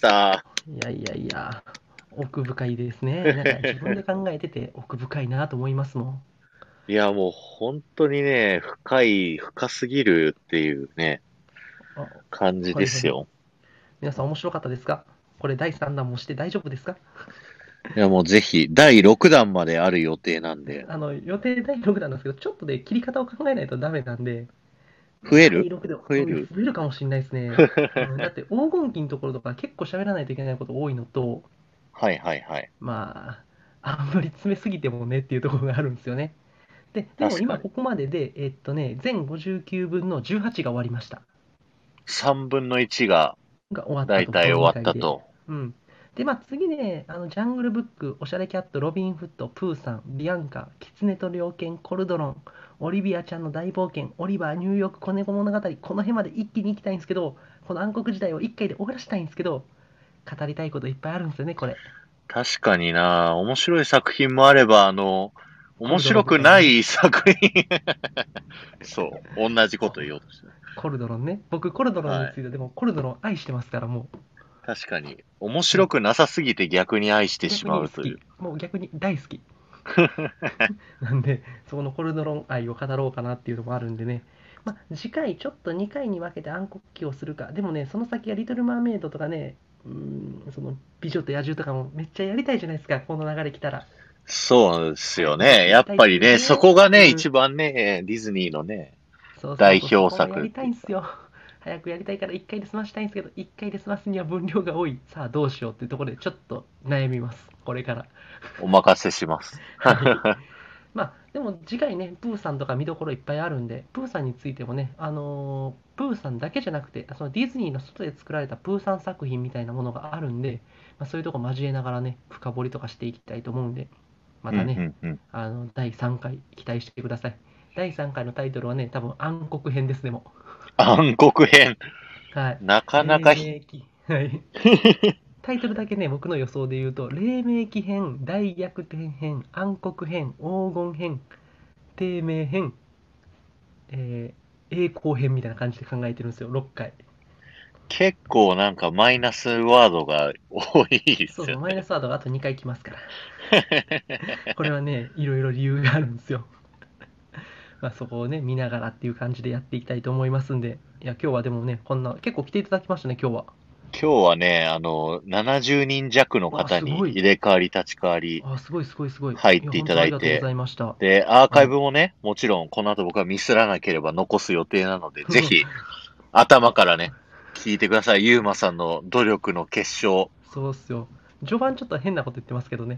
いやいやいや、奥深いですね。なんか自分で考えてて奥深いなと思いますもん。 いや、もう本当にね、深い、深すぎるっていうね、 あ、 感じはいはい。 ですよ。 皆さん面白かったですか？これだいさんだんもして大丈夫ですか？ いや、もうぜひ、だいろくだんまである予定なんで、 あの、予定だいろくだんなんですけど、ちょっとで切り方を考えないとダメなんで、だい増えるろくで、うん、 増える増えるかもしれないですね。うん、だって黄金期のところとか結構喋らないといけないこと多いのと、 はいはいはい。 まあ、あんまり詰めすぎてもねっていうところがあるんですよね。で、でも確かに。 今ここまでで、えっとね、全ごじゅうきゅうぶんのじゅうはちが終わりました。 さんぶんのいちがが終わったと、このだいたい終わっにかいで。 たと。 うん。で、まあ次ね、あの、ジャングルブック、おしゃれキャット、ロビンフット、プーさん、ビアンカ、キツネと猟犬、コルドロン、オリビアちゃんの大冒険、オリバー、ニューヨーク、子猫物語、この辺まで一気に行きたいんですけど、この暗黒時代を一回で終わらしたいんですけど、語りたいこといっぱいあるんですよね、これ。 確かにな、面白い作品もあれば、あの、 コルドロンと面白くかもね。 ない作品そう、同じことコ言おうとしてる。 コルドロンね。僕、コルドロンはい。 についてでも、コルドロン愛してますから、も確かに、面う。も白くなさすぎて逆に愛しうてし逆に好き。 まうという。 もう逆に大好き。なんで、そこのコルドロン愛を語ろうかなっていうのもあるんでね。まあ、次回ちょっとにかいに分けて暗黒期をするか。でもね、その先はリトル・マーメイドとかね、うーん、その美女と野獣とかもめっちゃやりたいじゃないですか、この流れ来たら。 そうですよね。やっ早く行きたいっぱりね、そすよね。 こがね、 うん。 一番ね、ディズニーのね、代そうそうそう、そ表作っこがやりたていうか。 いんすよ。早くやりたいからいっかいで済ましたいんですけど、いっかいで済ますには分量が多い。さあどうしようっていうところでちょっと悩みます。これから。 お任せします。 はい。まあ、でも次回ね、プーさんとか見どころいっぱいあるんで、プーさんについてもね、あのープーさんだけじゃなくて、そのディズニーの外で作られたプーさん作品みたいなものがあるんで、まあ、そういうとこ交えながらね、深掘りとかしていきたいと思うんで、まうん、うたね、 ん、うん。 あの、だいさんかい期待してください。だいさんかいのタイトルはね、多分暗黒編ですね、も暗黒編。 う。はい。 なかなかひ、 黎明期。はい。タイトルだけね、僕の予想で言うと、黎明期編、大逆転編、暗黒編、黄金編、低迷編、えー栄光編みたいな感じで考えてるんですよ、ろっかい。 結構なんかマイナスワードが多いでそうそう、マイナすよね。 スワードがあとにかい来ますから。これはね、いろいろ理由があるんですよ。まあそこをね、見ながらっていう感じでやっていきたいと思いますんで、いや、今日はでもね、こんな、結構来ていただきましたね、今日は。 今日はね、あの、ななじゅうにん弱のあ、 方にすごい。 入れ替わり立ち替わりあ、すごい、すごい、すごい。いや、 入っていた本当ありがとうござだいて、 いました。 で、アーカはい。 イブもね、もちろんこの後僕はミスらなければ残す予定なので、ぜひ頭からね、聞いてください。ゆうまさんの努力の結晶。 そうっすよ。序盤ちょっと変なこと言ってますけどね。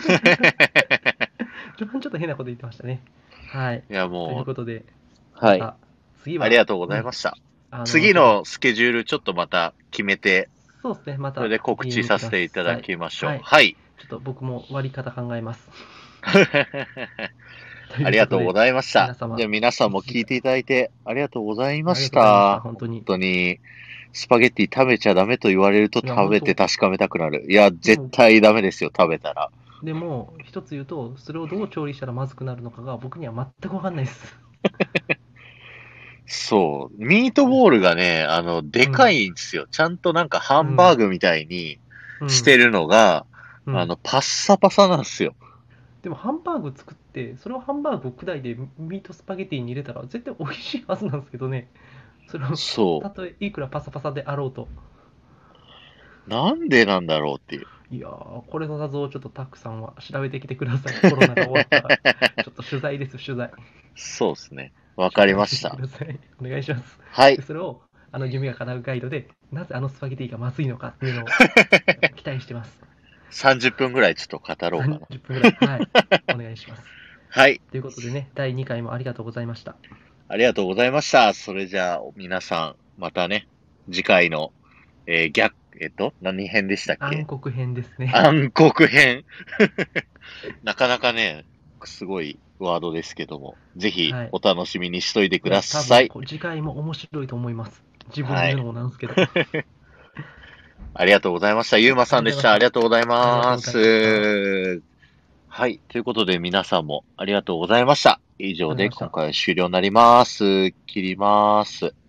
序盤ちょっと変なこと言ってましたね。はい。 いや、 というもことで、 う、はい。 また次は、 ありがとうございね、 ました。 あの、ちょっと、 次のスケジュールちょっとまた決めて、 そうですね、またそれで告知ディーエム くださせていたださい。 きましょう。 はい。 はい。 ちょっと僕も割り方考えます。とあいうことで、 りがとうございました。 皆様、 じゃあ皆さんも 1時間、 聞いていただいてありがとうございまありがしとうございました、 た。本本当に。 当に、スパゲッティ食べちゃダメと言われるといや、 食べて本当。 確かめたくなる。いや、絶でも、 対ダメですよ、食べたら。 でも、一つ言うと、それをどう調理したらまずくなるのかが僕には全くわかんないです。 そう。ミートボールがね、あの、でかうん、 いんですよ。ちゃんとなんかハうん、 ンバーグみたいにうん、 してるのが、 うん。 あの、パッサパサなんですよ。 でもハンバーグ作って、それをハンバーグを砕いてミートスパゲティに入れたら絶対美味しいはずなんですけどね。それを、 そたとえいくらパサパサであろうと。 う。なんでなんだろうっていう。 いやー、これの謎をちょっとタックさんは調べてきてください。コロナが終わったら。ちょっと取材です、取材。 そうですね。わか取材してきてくりました。 ださい。お願いします。で、 はい。 それを、あの夢が叶うガイドで、なぜあのスパゲティがまずいのかっていうのを期待してます。 さんじゅっぷんぐらいちょっと語ろうかな。 さんじゅっぷんぐらい。はい。お願いします。 はい。 ということでね、だいにかいもありがとうございました。 ありがとうございました。それじゃあ、皆さん、またね、次回の、えー逆、えっと、何編でしたっけ？ 暗黒編ですね。 暗黒編。なかなかね、すごいワードですけども、ぜひはい。 お楽しみにしといてくだいや、多さい。 分こう次回も面白いと思います。自分はい。 で言うのもなんですけど。あありがとうございました。ゆうまさんでした。ありりがとうございました。 がとうございありがとうまございました。あす。はい。ということで皆さんもありがとうございました。以上でりがとうございました。 今回は終了になります。切ります。